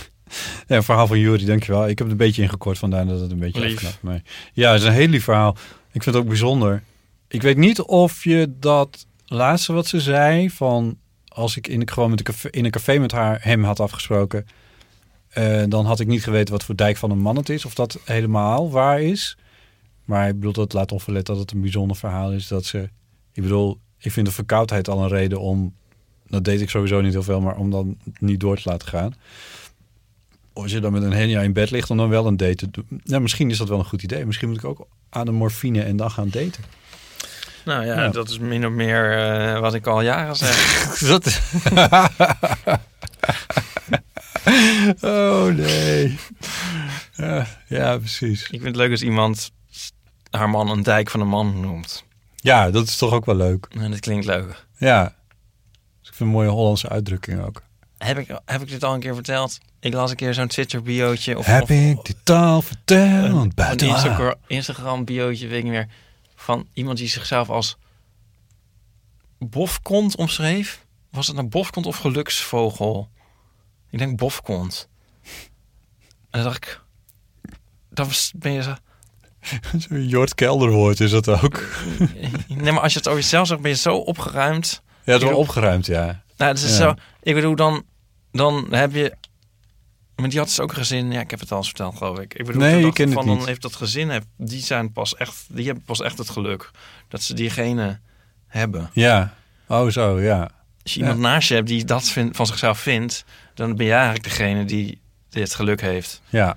D: Ja, een verhaal van Juri, dankjewel. Ik heb het een beetje ingekort, vandaar dat het een beetje
C: Lief.
D: afknapt. Maar ja, het is een heel lief verhaal. Ik vind het ook bijzonder. Ik weet niet of je dat laatste wat ze zei, van als ik in, gewoon met een café, in een café met haar hem had afgesproken, uh, dan had ik niet geweten wat voor dijk van een man het is, of dat helemaal waar is. Maar ik bedoel, dat laat onverlet dat het een bijzonder verhaal is. Dat ze, ik bedoel, ik vind de verkoudheid al een reden om, dat deed ik sowieso niet heel veel, maar om dan niet door te laten gaan. Als je dan met een hernia in bed ligt, om dan wel een date te doen. Nou, misschien is dat wel een goed idee. Misschien moet ik ook aan de morfine en dan gaan daten.
C: Nou ja,
D: Ja.
C: dat is min of meer uh, wat ik al jaren zeg.
D: Dat... oh nee. Ja, ja, precies.
C: Ik vind het leuk als iemand haar man een dijk van een man noemt.
D: Ja, dat is toch ook wel leuk.
C: En dat klinkt leuk.
D: Ja. Dus ik vind een mooie Hollandse uitdrukking ook.
C: Heb ik, heb ik dit al een keer verteld? Ik las een keer zo'n Twitter-biootje. Of,
D: Heb
C: of,
D: ik dit al verteld?
C: Een,
D: Buiten
C: een Instagram, Instagram-biootje, weet ik niet meer. Van iemand die zichzelf als bofkont omschreef. Was het nou bofkont of geluksvogel? Ik denk bofkont. En dan dacht ik, dan was, ben je zo...
D: Zo'n Jort Kelderhoort is dat ook.
C: Nee, maar als je het over jezelf zegt, ben je zo opgeruimd.
D: Ja, het is wel opgeruimd, ja.
C: Nou, het is
D: Ja.
C: zo... Ik bedoel, dan, dan heb je... Maar die had dus ook een gezin. Ja, ik heb het al eens verteld, geloof ik. Ik bedoel,
D: Nee,
C: toen
D: je
C: dacht ik
D: kent
C: van,
D: het niet.
C: dan heeft dat gezin... Heeft, die zijn pas echt... Die hebben pas echt het geluk. Dat ze diegene hebben.
D: Ja. Oh, zo, ja.
C: Als je iemand
D: Ja.
C: naast je hebt die dat vind, van zichzelf vindt... dan ben jij eigenlijk degene die, die het geluk heeft.
D: Ja.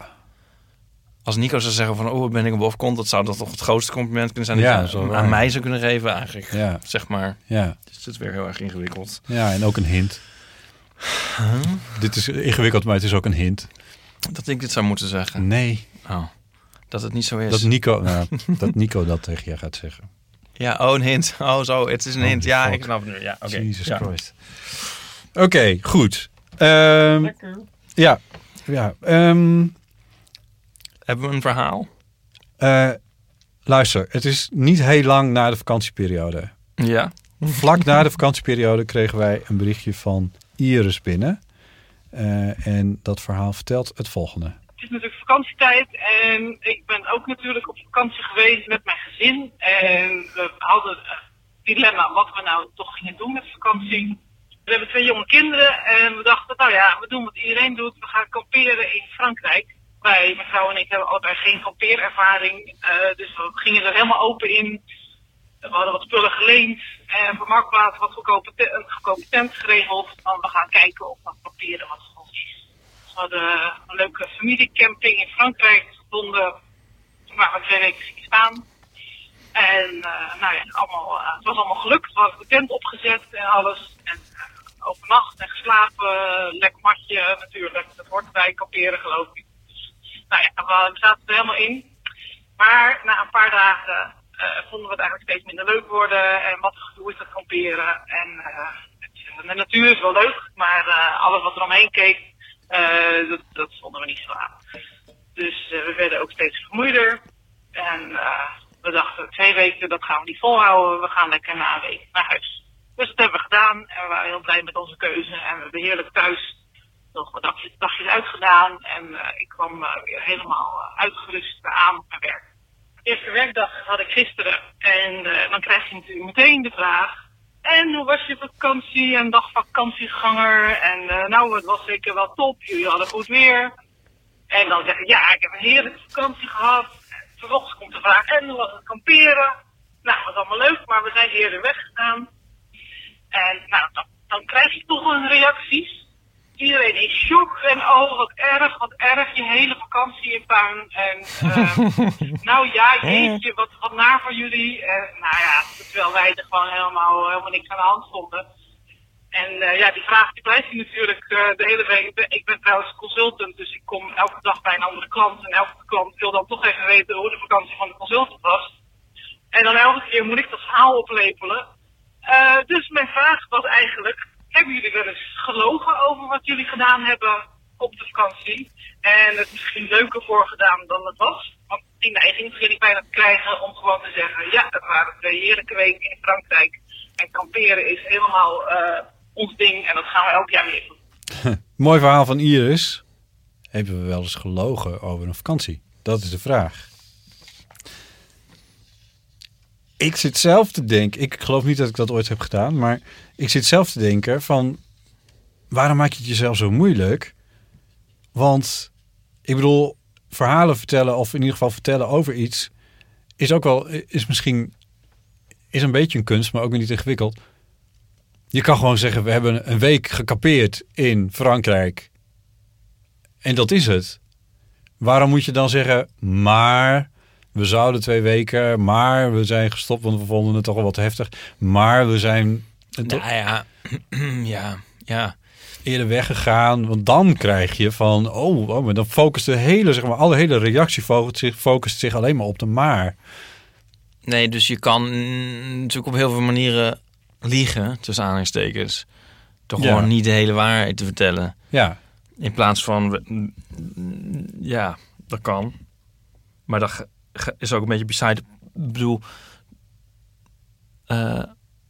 C: Als Nico zou zeggen van... oh, ben ik een bofkont... dat zou dat toch het grootste compliment kunnen zijn...
D: Ja,
C: dat
D: zo
C: je
D: waar.
C: aan mij zou kunnen geven eigenlijk.
D: Ja.
C: Zeg maar.
D: Ja.
C: Dus het is weer heel erg ingewikkeld.
D: Ja, en ook een hint.
C: Huh?
D: Dit is ingewikkeld, maar het is ook een hint.
C: Dat ik dit zou moeten zeggen.
D: Nee.
C: Oh, dat het niet zo is.
D: Dat Nico, nou, dat Nico dat tegen je gaat zeggen.
C: Ja, oh, een hint. Oh, zo, het is een
D: Oh,
C: hint. Ja,
D: fuck.
C: ik snap het nu. Ja, oké.
D: Jesus
C: ja.
D: Christ. Oké, okay, goed. Um,
C: Lekker.
D: Ja. ja um,
C: Hebben we een verhaal?
D: Uh, luister, het is niet heel lang na de vakantieperiode.
C: Ja.
D: Vlak na de vakantieperiode kregen wij een berichtje van Iris binnen. Uh, en dat verhaal vertelt het volgende.
I: Het is natuurlijk vakantietijd en ik ben ook natuurlijk op vakantie geweest met mijn gezin. En we hadden het dilemma wat we nou toch gingen doen met vakantie. We hebben twee jonge kinderen en we dachten, nou ja, we doen wat iedereen doet. We gaan kamperen in Frankrijk. Wij, mijn vrouw en ik, hebben allebei geen kampeerervaring. Uh, dus we gingen er helemaal open in. We hadden wat spullen geleend en voor Marktplaats wat goedkope te- een goedkope tent geregeld. Dan we gaan kijken of dat kamperen wat voor ons is. We hadden een leuke familiecamping in Frankrijk gevonden, waar we twee weken gingen staan. En uh, nou ja, allemaal, uh, het was allemaal gelukt. We hadden de tent opgezet en alles. En uh, overnacht en geslapen, lekker matje natuurlijk. Dat hoort bij kamperen, geloof ik. Nou ja, we zaten er helemaal in. Maar na een paar dagen uh, vonden we het eigenlijk steeds minder leuk worden. En wat hoe is dat kamperen? En uh, het, de natuur is wel leuk, maar uh, alles wat er omheen keek, uh, dat, dat vonden we niet zo aan. Dus uh, we werden ook steeds vermoeider. En uh, we dachten, twee weken, dat gaan we niet volhouden. We gaan lekker na een week naar huis. Dus dat hebben we gedaan. En we waren heel blij met onze keuze. En we hebben heerlijk thuis nog wat dagjes, dagjes uitgedaan. En uh, ik kwam uh, weer helemaal uh, uitgerust aan op mijn werk. De eerste werkdag had ik gisteren. En uh, dan krijg je natuurlijk meteen de vraag: en hoe was je vakantie? En dag vakantieganger. En uh, nou, het was zeker wel top. Jullie hadden goed weer. En dan zeg ik, ja, ik heb een heerlijke vakantie gehad. En vervolgens komt de vraag: en hoe was het kamperen? Nou, dat was allemaal leuk, maar we zijn eerder weggegaan. En nou, dan, dan krijg je toch een reacties. Iedereen is shock en oh, wat erg, wat erg, je hele vakantie in puin. En uh, nou ja, jeetje, wat, wat naar voor jullie. En nou ja, terwijl wij er gewoon helemaal, helemaal niks aan de hand stonden. En uh, ja, die vraag die blijft natuurlijk uh, de hele week. Ik ben, ik ben trouwens consultant, dus ik kom elke dag bij een andere klant. En elke klant wil dan toch even weten hoe de vakantie van de consultant was. En dan elke keer moet ik dat verhaal oplepelen. Uh, dus mijn vraag was eigenlijk: hebben jullie wel eens gelogen over wat jullie gedaan hebben op de vakantie? En het misschien leuker voorgedaan dan het was? Want die neiging begin ik bijna te krijgen om gewoon te zeggen: ja, het waren twee heerlijke weken in Frankrijk. En kamperen is helemaal uh, ons ding en dat gaan we elk jaar weer doen.
D: Mooi verhaal van Iris. hebben we wel eens gelogen over een vakantie? Dat is de vraag. Ik zit zelf te denken... Ik geloof niet dat ik dat ooit heb gedaan... maar ik zit zelf te denken van... waarom maak je het jezelf zo moeilijk? Want, ik bedoel... verhalen vertellen of in ieder geval vertellen over iets... is ook wel... is misschien... is een beetje een kunst, maar ook weer niet ingewikkeld. Je kan gewoon zeggen... we hebben een week gekampeerd in Frankrijk... en dat is het. Waarom moet je dan zeggen... maar... we zouden twee weken... maar we zijn gestopt... want we vonden het toch wel wat heftig... maar we zijn...
C: Nou ja, ja, ja...
D: eerder weggegaan, want dan krijg je van, oh, oh maar dan focust de hele, zeg maar, alle hele reactie focust zich, focust zich alleen maar op de maar.
C: Nee, dus je kan natuurlijk op heel veel manieren liegen, tussen aanhalingstekens. Toch
D: Ja.
C: gewoon niet de hele waarheid te vertellen.
D: Ja.
C: In plaats van, ja, dat kan. Maar dat ge- ge- is ook een beetje beside. Ik bedoel, uh,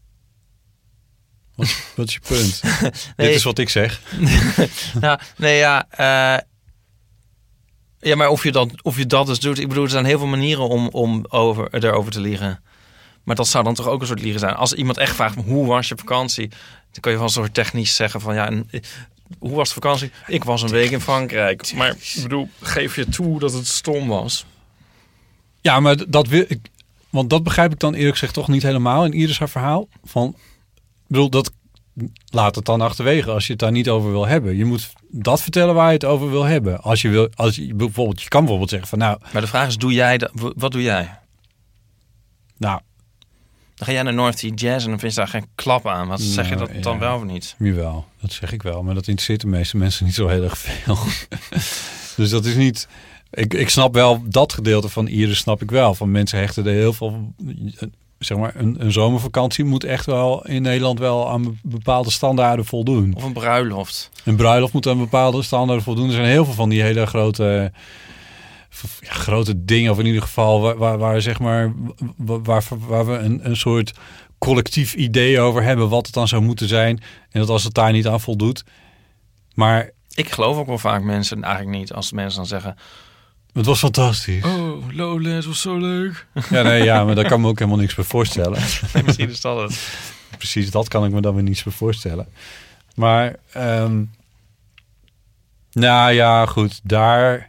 D: Wat, wat is je punt?
C: Nee.
D: Dit is wat ik zeg.
C: ja, nee, ja. Uh, ja, maar of je, dat, of je dat dus doet... Ik bedoel, er zijn heel veel manieren om, om over, erover te liegen. Maar dat zou dan toch ook een soort liegen zijn. Als iemand echt vraagt, hoe was je vakantie? Dan kan je van een soort technisch zeggen van... ja, en, hoe was de vakantie? Ik was een week in Frankrijk. Maar ik bedoel, geef je toe dat het stom was?
D: Ja, maar dat wil ik... Want dat begrijp ik dan eerlijk gezegd toch niet helemaal in Iris haar verhaal. Van, ik bedoel, dat laat het dan achterwege als je het daar niet over wil hebben. Je moet dat vertellen waar je het over wil hebben. Als je wil, als je bijvoorbeeld, je kan bijvoorbeeld zeggen van nou.
C: Maar de vraag is, doe jij dat? Wat doe jij?
D: Nou,
C: dan ga jij naar North Sea Jazz en dan vind je daar geen klap aan. Wat zeg je dat
D: nou,
C: dan
D: ja,
C: wel of niet?
D: Jawel, dat zeg ik wel. Maar dat interesseert de meeste mensen niet zo heel erg veel. Dus dat is niet... Ik, ik snap wel, dat gedeelte van Iris snap ik wel. Van mensen hechten er heel veel... Zeg maar, een, een zomervakantie moet echt wel in Nederland wel aan bepaalde standaarden voldoen.
C: Of een bruiloft.
D: Een bruiloft moet aan bepaalde standaarden voldoen. Er zijn heel veel van die hele grote... Ja, grote dingen, of in ieder geval waar, waar, waar zeg maar, waar, waar we een, een soort collectief idee over hebben wat het dan zou moeten zijn. En dat als het daar niet aan voldoet. Maar
C: ik geloof ook wel vaak mensen eigenlijk niet als mensen dan zeggen...
D: Het was fantastisch.
C: Oh, Lowlands was zo leuk.
D: Ja, nee, ja, maar daar kan me ook helemaal niks bij voorstellen.
C: Nee, misschien is dat het.
D: Precies, dat kan ik me dan weer niets bij voorstellen. Maar, um, nou ja, goed, daar...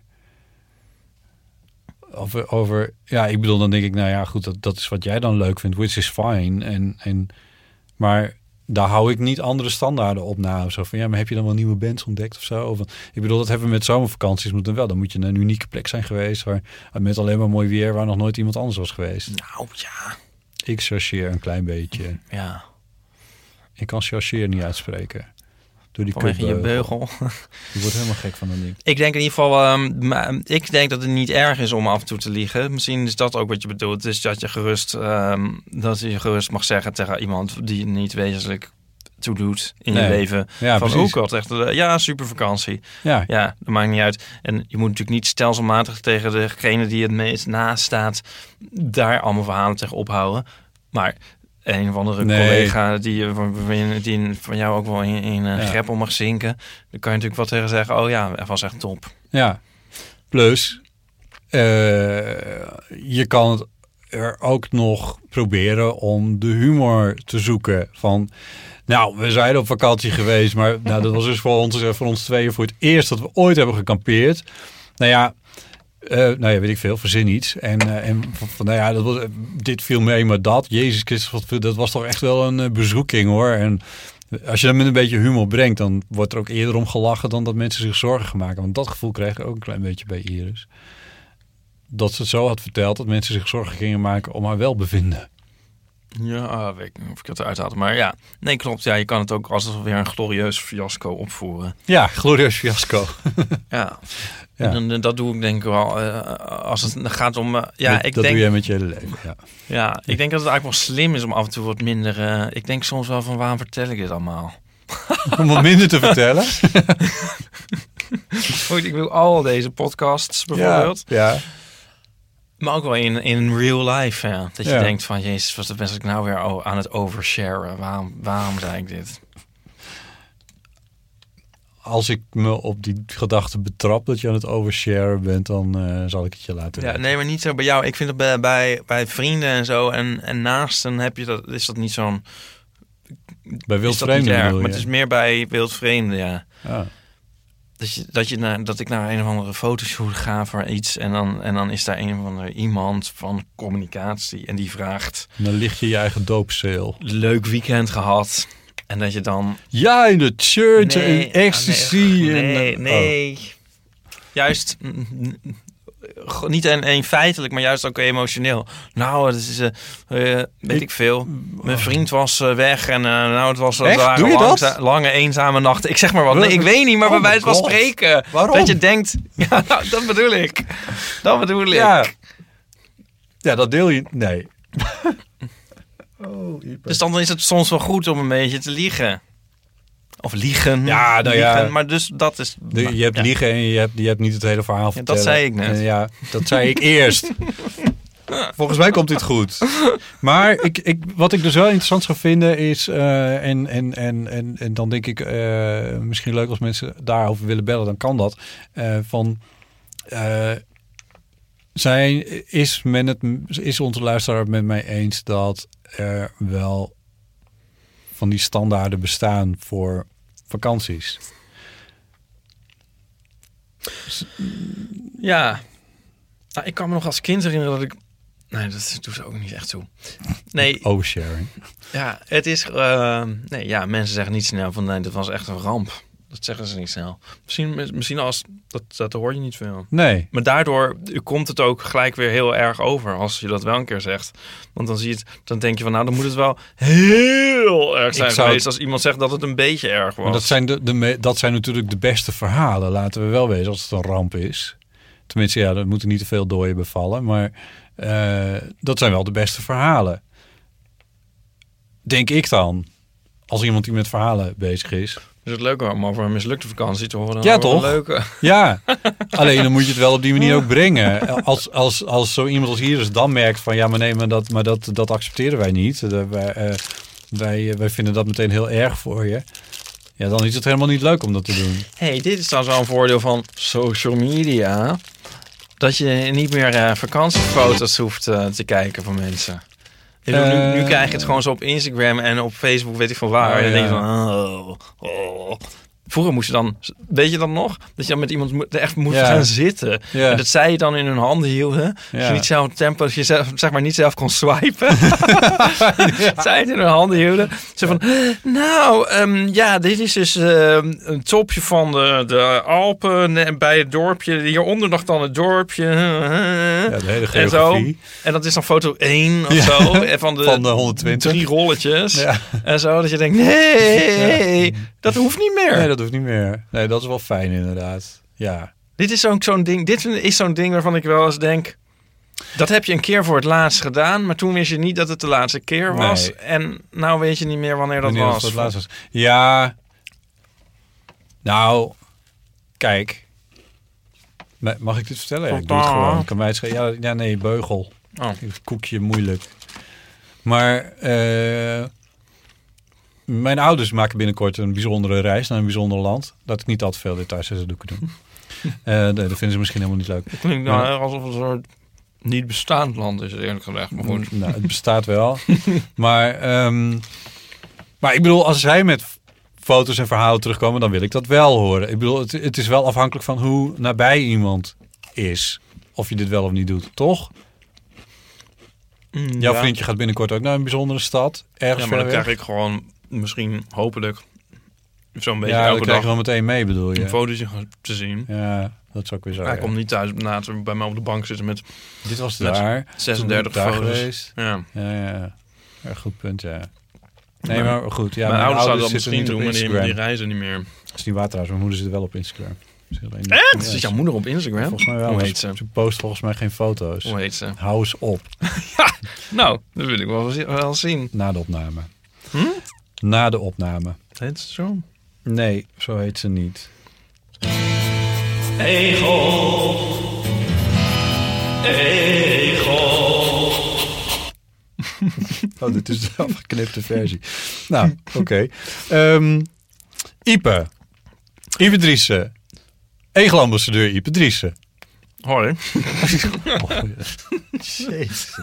D: Over, over, ja, ik bedoel, dan denk ik, nou ja, goed, dat, dat is wat jij dan leuk vindt, which is fine. En, en, maar daar hou ik niet andere standaarden op na. Zo van, ja, maar heb je dan wel nieuwe bands ontdekt of zo? Of, ik bedoel, dat hebben we met zomervakanties moeten wel. Dan moet je naar een unieke plek zijn geweest, waar, met alleen maar mooi weer, waar nog nooit iemand anders was geweest.
C: Nou, ja.
D: Ik chargeer een klein beetje.
C: Ja.
D: Ik kan chargeer niet uitspreken. Door die
C: vanwege je beugel.
D: Je wordt helemaal gek van dat ding.
C: Ik denk in ieder geval, um, ik denk dat het niet erg is om af en toe te liegen. Misschien is dat ook wat je bedoelt. Dus dat je gerust, um, dat je gerust mag zeggen tegen iemand die niet wezenlijk toe doet in
D: nee.
C: je leven.
D: Ja,
C: van
D: precies.
C: ook wat echt, uh, ja, super vakantie.
D: Ja.
C: ja, dat maakt niet uit. En je moet natuurlijk niet stelselmatig tegen degene die het meest naast staat daar allemaal verhalen tegen ophouden. Maar een of andere
D: nee.
C: collega die, die van jou ook wel in, in een ja. greppel mag zinken. Dan kan je natuurlijk wat tegen zeggen. Oh ja, het was echt top.
D: Ja, plus uh, je kan het er ook nog proberen om de humor te zoeken. Van, nou, we zijn op vakantie geweest, maar nou, dat was dus voor ons, voor ons tweeën voor het eerst dat we ooit hebben gekampeerd. Nou ja, Uh, nou ja, weet ik veel, verzin iets. En, uh, en van, nou ja, dat was, dit viel mee, maar dat. Jezus Christus, dat was toch echt wel een uh, bezoeking, hoor. En als je dat met een beetje humor brengt, dan wordt er ook eerder om gelachen dan dat mensen zich zorgen gaan maken. Want dat gevoel kreeg ik ook een klein beetje bij Iris. Dat ze het zo had verteld dat mensen zich zorgen gingen maken om haar welbevinden.
C: Ja, weet ik niet of ik het eruit had. Maar ja, nee, klopt. Ja, je kan het ook als weer een glorieus fiasco opvoeren.
D: Ja, glorieus fiasco.
C: Ja.
D: Ja.
C: En dat doe ik denk ik wel. Uh, als het gaat om... Uh, ja,
D: dat
C: ik
D: dat
C: denk,
D: doe jij met je hele leven, ja.
C: Ja, ik denk dat het eigenlijk wel slim is om af en toe wat minder... Uh, ik denk soms wel van, waarom vertel ik dit allemaal?
D: Om wat minder te vertellen?
C: Goed, ik wil al deze podcasts bijvoorbeeld.
D: Ja, ja.
C: Maar ook wel in, in real life, ja. Dat je
D: ja.
C: denkt van, jezus, wat ben ik nou weer aan het oversharen? Waarom, waarom zei ik dit?
D: als ik me op die gedachte betrap dat je aan het oversharen bent, dan uh, zal ik het je laten
C: Ja,
D: weten.
C: nee, maar niet zo bij jou. Ik vind het bij, bij, bij vrienden en zo en, en naasten heb je dat, is dat niet zo'n...
D: Bij wildvreemden
C: erg,
D: bedoel je?
C: maar het is meer bij wildvreemden, ja.
D: Ja.
C: Dat, je, dat, je naar, dat ik naar een of andere fotoshoot ga voor iets en dan, en dan is daar een of andere iemand van communicatie en die vraagt...
D: En dan ligt je je eigen doopzeel.
C: Leuk weekend gehad. En dat je dan...
D: Ja, in de church
C: Nee,
D: en ecstasy.
C: Nee,
D: en,
C: nee.
D: Oh.
C: Juist... mm, mm, niet alleen feitelijk, maar juist ook emotioneel. Nou, het is, uh, uh, weet ik, ik veel. Mijn vriend was uh, weg en uh, nou, het was het waren
D: Doe je
C: langza-
D: dat?
C: lange eenzame nachten. Ik zeg maar wat. Nee, ik weet niet, maar
D: Oh
C: bij wijze van
D: God.
C: spreken.
D: Waarom?
C: Dat je denkt, ja, nou, dat bedoel ik. Dat bedoel ik.
D: Ja. Ja, dat deel je... Nee. oh,
C: Dus dan is het soms wel goed om een beetje te liegen. Of liegen.
D: Ja, nou ja.
C: liegen, maar dus dat is...
D: De, je hebt
C: ja.
D: liegen en je hebt, je hebt niet het hele verhaal
C: Ja,
D: vertellen.
C: dat zei ik net.
D: En ja, dat zei ik eerst. Volgens mij komt dit goed. Maar ik, ik, wat ik dus wel interessant zou vinden is... Uh, en, en, en, en, en dan denk ik... Uh, misschien leuk als mensen daarover willen bellen. Dan kan dat. Uh, van... Uh, zij is, men het, is onze luisteraar het met mij eens... dat er wel van die standaarden bestaan voor vakanties.
C: Ja. Nou, ik kan me nog als kind herinneren dat ik... Nee, dat doet ze ook niet echt toe. Nee.
D: Oversharing.
C: Ja, het is... Uh, nee, ja, mensen zeggen niet snel van... Nee, dat was echt een ramp. Dat zeggen ze niet snel. Misschien, misschien als... Dat, dat hoor je niet veel.
D: Nee.
C: Maar daardoor komt het ook gelijk weer heel erg over... als je dat wel een keer zegt. Want dan zie je het... Dan denk je van... Nou, dan moet het wel heel erg zijn
D: zou...
C: geweest... als iemand zegt dat het een beetje erg was.
D: Maar dat zijn, de, de, dat zijn natuurlijk de beste verhalen. Laten we wel wezen als het een ramp is. Tenminste, ja, er moeten niet te veel dooien bevallen. Maar uh, dat zijn wel de beste verhalen. Denk ik dan. Als iemand die met verhalen bezig is.
C: Is het leuk om over een mislukte vakantie te horen? Dan
D: Ja,
C: wel
D: toch?
C: een leuke.
D: Ja, alleen dan moet je het wel op die manier ook brengen. Als, als, als zo iemand als Iris dan merkt van... ja, maar nee, maar dat, maar dat, dat accepteren wij niet. Dat wij, uh, wij, wij vinden dat meteen heel erg voor je. Ja, dan is het helemaal niet leuk om dat te doen.
C: Hey, dit is dan zo'n voordeel van social media. Dat je niet meer uh, vakantiefoto's hoeft uh, te kijken van mensen. Nu, uh, nu krijg je het gewoon zo op Instagram en op Facebook, weet ik van waar.
D: Oh,
C: en dan
D: ja.
C: denk je van... Oh, oh. Vroeger moest je dan... Weet je dan nog? Dat je dan met iemand mo- echt moest
D: ja.
C: gaan zitten.
D: Ja.
C: En dat zij je dan in hun handen hielden. Ja. Dat je niet zelf tempo... Dat je zelf, zeg maar niet zelf kon swipen. ja. Zij het in hun handen hielden. Ze van... Nou, um, ja, dit is dus uh, een topje van de, de Alpen. En bij het dorpje. Hieronder nog dan het dorpje.
D: Ja, de hele
C: en zo.
D: geografie.
C: En dat is dan foto één of
D: ja.
C: zo. En van de,
D: van de honderdtwintig.
C: Drie rolletjes.
D: Ja.
C: En zo. Dat je denkt, nee, ja. dat hoeft niet meer.
D: Nee, dat hoeft niet meer. Nee, dat is wel fijn inderdaad. Ja.
C: Dit is zo'n, zo'n ding. Dit is zo'n ding waarvan ik wel eens denk... Dat heb je een keer voor het laatst gedaan, maar toen wist je niet dat het de laatste keer was. Nee. En nou weet je niet meer wanneer dat
D: wanneer
C: was.
D: Dat het laatst was. Ja. Nou, kijk. Mag ik dit vertellen? Ja, ik doe het gewoon. Kan mij het schelen? Ja, ja, nee, beugel.
C: Oh.
D: Koekje moeilijk. Maar uh, mijn ouders maken binnenkort een bijzondere reis naar een bijzonder land. Dat ik niet al te veel details in doe doen. uh, nee, dat vinden ze misschien helemaal niet leuk.
C: Het klinkt nou ja. alsof het een soort niet bestaand land is, eerlijk gezegd. Maar goed.
D: Nou, het bestaat wel. maar, um, maar ik bedoel, als zij met foto's en verhalen terugkomen, dan wil ik dat wel horen. Ik bedoel, het, het is wel afhankelijk van hoe nabij iemand is. Of je dit wel of niet doet, toch?
C: Mm,
D: Jouw
C: ja.
D: vriendje gaat binnenkort ook naar een bijzondere stad. Ergens
C: ja, maar dan
D: weg.
C: krijg ik gewoon misschien hopelijk zo'n beetje
D: ja,
C: elke
D: dan krijg je
C: dag
D: wel meteen mee, bedoel je?
C: een fotootje te zien.
D: Ja, dat zou ik weer zo.
C: Hij
D: ja.
C: komt niet thuis na te bij mij op de bank zitten met...
D: Dit was
C: met
D: daar.
C: zesendertig
D: daar
C: foto's.
D: Geweest.
C: Ja.
D: Ja, ja. Erg goed punt, ja. Nee, maar goed. Ja,
C: mijn, mijn ouders zouden dat
D: zitten
C: misschien
D: niet
C: doen,
D: op
C: maar die, die reizen niet meer.
D: Dat is niet waar trouwens. Mijn moeder zit wel op Instagram.
C: Echt? Zit jouw moeder op Instagram?
D: Volgens mij wel.
C: Hoe heet ze?
D: Ze post volgens mij geen foto's.
C: Hoe heet ze?
D: Hou eens op.
C: ja, nou, dat wil ik wel, wel zien.
D: Na de opname.
C: Hm?
D: Na de opname.
C: Heet ze zo?
D: Nee, zo heet ze niet.
C: Ego. Ego.
D: Oh, dit is de afgeknipte versie. Nou, oké. Okay. Um, Ipe. Ipe Driessen. Egelambassadeur Ipe Driessen.
C: Hoi.
D: Jezus.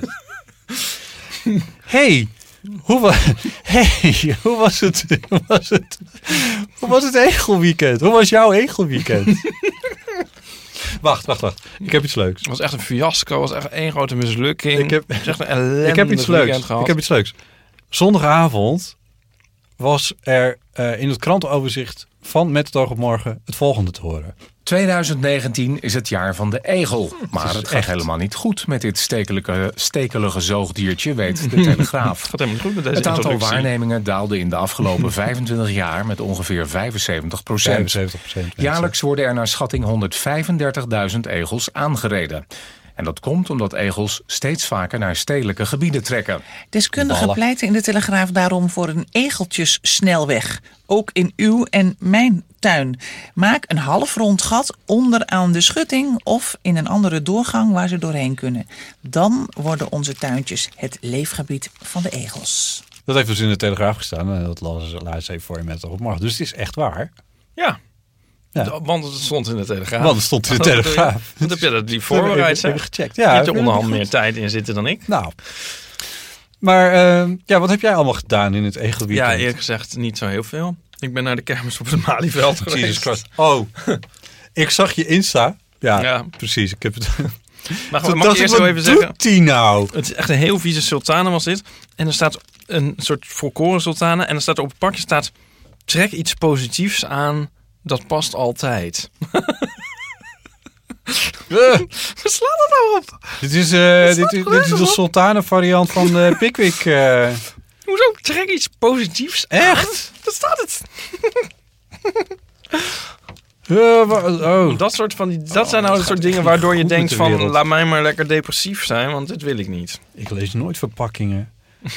D: Hey, hoe, wa- hey, hoe was het? Hoe was het? Hoe was het egelweekend? Hoe was jouw egelweekend? Wacht, wacht, wacht. Ik heb iets leuks.
C: Het was echt een fiasco. Het was echt één grote mislukking.
D: Ik heb,
C: Het is echt een ellendig
D: ik heb iets
C: weekend
D: leuks.
C: gehad.
D: Ik heb iets leuks. Zondagavond was er uh, in het krantenoverzicht van Met het oog op morgen het volgende te horen.
J: twintig negentien is het jaar van de egel. Maar
D: het
J: het,
D: is
J: gaat
D: echt-
J: helemaal niet goed met dit stekelige, stekelige zoogdiertje, weet de Telegraaf.
C: Het gaat helemaal niet goed met deze
J: Het aantal
C: introductie.
J: waarnemingen daalde in de afgelopen vijfentwintig jaar met ongeveer vijfenzeventig procent.
D: vijfenzeventig procent.
J: Jaarlijks worden er naar schatting honderdvijfendertigduizend egels aangereden. En dat komt omdat egels steeds vaker naar stedelijke gebieden trekken.
K: Deskundigen
J: Ballen.
K: pleiten in de Telegraaf daarom voor een egeltjessnelweg. Ook in uw en mijn tuin. Maak een half rond gat onderaan de schutting of in een andere doorgang waar ze doorheen kunnen. Dan worden onze tuintjes het leefgebied van de egels.
D: Dat heeft dus in de Telegraaf gestaan. En dat las laat even voor je Met het oog op morgen. Dus het is echt waar.
C: Ja.
D: Ja.
C: De- Want het stond in de Telegraaf.
D: Want het stond in de
C: Wat heb je-
D: Telegraaf.
C: Wat heb je dat lief
D: Dat heb ik
C: voorbereid,
D: even-
C: zeg?
D: even gecheckt.
C: Je
D: Ja,
C: hebt er
D: ik-
C: onderhand meer tijd in zitten dan ik.
D: Nou. Maar uh, ja, wat heb jij allemaal gedaan in het egelweekend?
C: Ja, eerlijk gezegd niet zo heel veel. Ik ben naar de kermis op het Malieveld geweest.
D: Jesus Christ. Oh, ik zag je Insta. Ja,
C: Ja.
D: precies. Ik heb het...
C: Maar
D: Toen
C: mag
D: dacht
C: ik eerst
D: ik,
C: zo
D: wat
C: even zeggen?
D: doet die nou?
C: Het is echt een heel vieze sultane was dit. En er staat een soort volkoren sultane. En er staat op het pakje staat... Trek iets positiefs aan, dat past altijd. Wat slaat dat nou op?
D: Dit is, uh, dit, is, dit is de sultane variant van de Pickwick. Uh.
C: Hoezo? Trek iets positiefs
D: Echt?
C: aan? Dat staat het.
D: Uh, oh.
C: Dat, soort van die, dat zijn nou
D: dat
C: de soort
D: gaat
C: dingen
D: echt
C: waardoor je
D: niet goed
C: denkt
D: met de
C: van...
D: wereld.
C: Laat mij maar lekker depressief zijn, want dit wil ik niet.
D: Ik lees nooit verpakkingen.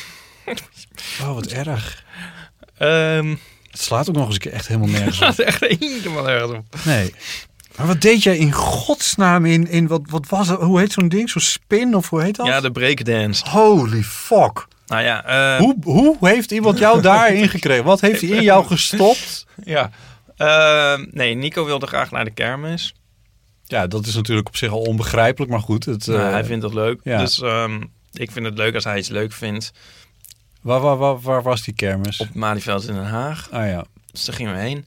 D: Oh, wat erg.
C: Um,
D: het slaat ook nog eens een keer echt helemaal nergens op.
C: Het slaat echt helemaal nergens op.
D: Nee. Maar wat deed jij in godsnaam in... in wat, wat was het? Hoe heet zo'n ding? Zo'n spin of hoe heet dat?
C: Ja, de breakdance.
D: Holy fuck.
C: Nou ja, uh,
D: hoe, hoe heeft iemand jou daarin gekregen? Wat heeft hij in jou gestopt?
C: Ja. Uh, nee, Nico wilde graag naar de kermis.
D: Ja, dat is natuurlijk op zich al onbegrijpelijk, maar goed. Het,
C: nou,
D: uh,
C: hij vindt dat leuk.
D: Ja.
C: Dus um, ik vind het leuk als hij iets leuk vindt.
D: Waar, waar, waar, waar was die kermis?
C: Op het Malieveld in Den Haag.
D: Ah ja.
C: Dus daar gingen we heen.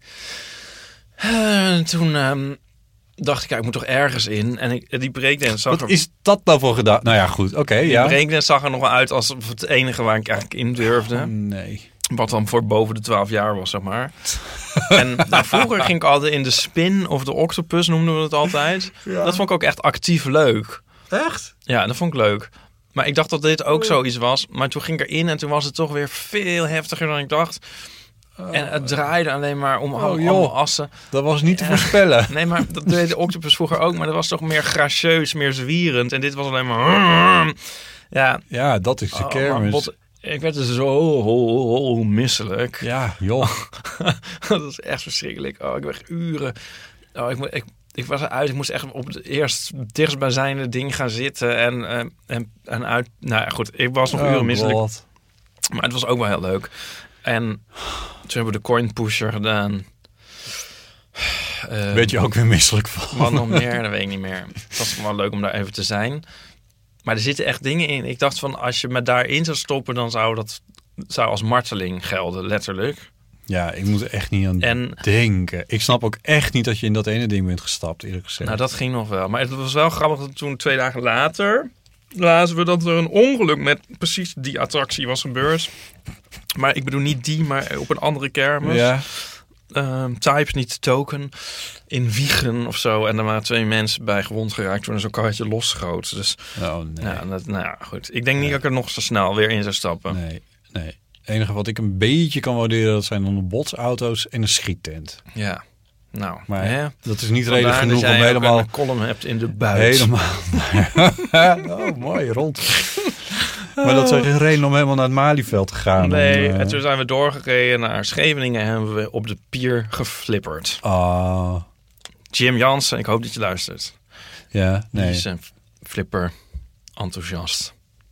C: Uh, toen um, dacht ik, ja, ik moet toch ergens in. En ik, die breakdance zag
D: Wat
C: er...
D: is dat nou voor gedaan? Nou ja, goed. Oké, okay,
C: die
D: ja.
C: Die breakdance zag er nog wel uit als het enige waar ik eigenlijk in durfde.
D: Oh, nee.
C: Wat dan voor boven de twaalf jaar was, zeg maar. En nou, vroeger ging ik altijd in de spin of de octopus, noemden we het altijd. Ja. Dat vond ik ook echt actief leuk.
D: Echt?
C: Ja, dat vond ik leuk. Maar ik dacht dat dit ook zoiets was. Maar toen ging ik erin en toen was het toch weer veel heftiger dan ik dacht. Oh. En het draaide alleen maar om oh, allemaal assen.
D: Dat was niet te voorspellen.
C: Nee, maar dat deed de octopus vroeger ook. Maar dat was toch meer gracieus, meer zwierend. En dit was alleen maar... Ja,
D: ja dat is de kermis. Oh,
C: ik werd er zo oh, oh, oh, misselijk.
D: Ja, joh.
C: Dat is echt verschrikkelijk. Oh, ik werd uren... Oh, ik, ik, ik was eruit. Ik moest echt op het eerst dichtstbijzijnde ding gaan zitten. En, uh, en, en uit... Nou ja, goed. Ik was nog
D: oh,
C: uren misselijk.
D: God.
C: Maar het was ook wel heel leuk. En toen hebben we de coin pusher gedaan.
D: Uh, Weet je ook weer misselijk van?
C: Wat nog meer, dat weet ik niet meer. Het was wel leuk om daar even te zijn. Maar er zitten echt dingen in. Ik dacht van, als je me daarin zou stoppen... dan zou dat zou als marteling gelden, letterlijk.
D: Ja, ik moet er echt niet aan en, denken. Ik snap ook echt niet dat je in dat ene ding bent gestapt, eerlijk gezegd.
C: Nou, dat ging nog wel. Maar het was wel grappig dat toen twee dagen later... lazen we dat er een ongeluk met precies die attractie was gebeurd. Maar ik bedoel niet die, maar op een andere kermis.
D: Ja.
C: Um, Types, niet token. In Wiegen of zo. En er waren twee mensen bij gewond geraakt toen er zo'n karretje losschoot. Dus,
D: oh nee.
C: Nou, dat, nou ja, goed. Ik denk niet nee. dat ik er nog zo snel weer in zou stappen.
D: Nee, nee. Het enige wat ik een beetje kan waarderen, dat zijn dan de botsauto's en een schiettent.
C: Ja. Nou,
D: maar
C: hè?
D: Dat is niet reden genoeg om helemaal...
C: een column hebt in de buit.
D: Helemaal. Oh, mooi, rond. Maar dat is geen reden om helemaal naar het Malieveld te gaan.
C: Nee,
D: om, uh...
C: en toen zijn we doorgereden naar Scheveningen en hebben we op de pier geflipperd.
D: Ah.
C: Jim Jansen, ik hoop dat je luistert.
D: Ja, nee.
C: Die is een flipper enthousiast.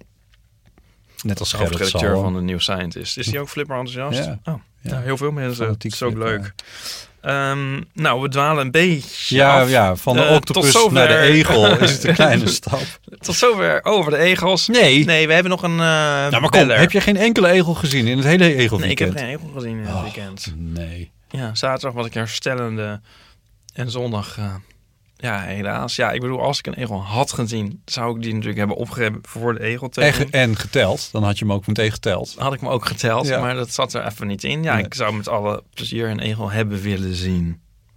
D: Net als
C: Gerrit redacteur van de New Scientist. Is die ook flipper enthousiast?
D: Ja.
C: Oh, ja. Nou, heel veel mensen. Het is ook leuk. Um, nou, we dwalen een beetje
D: Ja,
C: af.
D: ja van de
C: Uh,
D: octopus
C: tot zover...
D: naar de egel is het een kleine stap.
C: Tot zover over de egels.
D: Nee.
C: Nee, we hebben nog een uh,
D: Nou, maar kom,
C: beller.
D: heb je geen enkele egel gezien in het hele egelweekend?
C: Nee, ik heb geen egel gezien in het
D: oh,
C: weekend.
D: Nee.
C: Ja, zaterdag was ik herstellende en zondag... Uh, ja, helaas. Ja, ik bedoel, als ik een egel had gezien... zou ik die natuurlijk hebben opgegeven voor de egelteken.
D: En, en geteld. Dan had je hem ook meteen geteld.
C: Had ik me ook geteld, ja. Maar dat zat er even niet in. Ja, nee. Ik zou met alle plezier een egel hebben willen zien.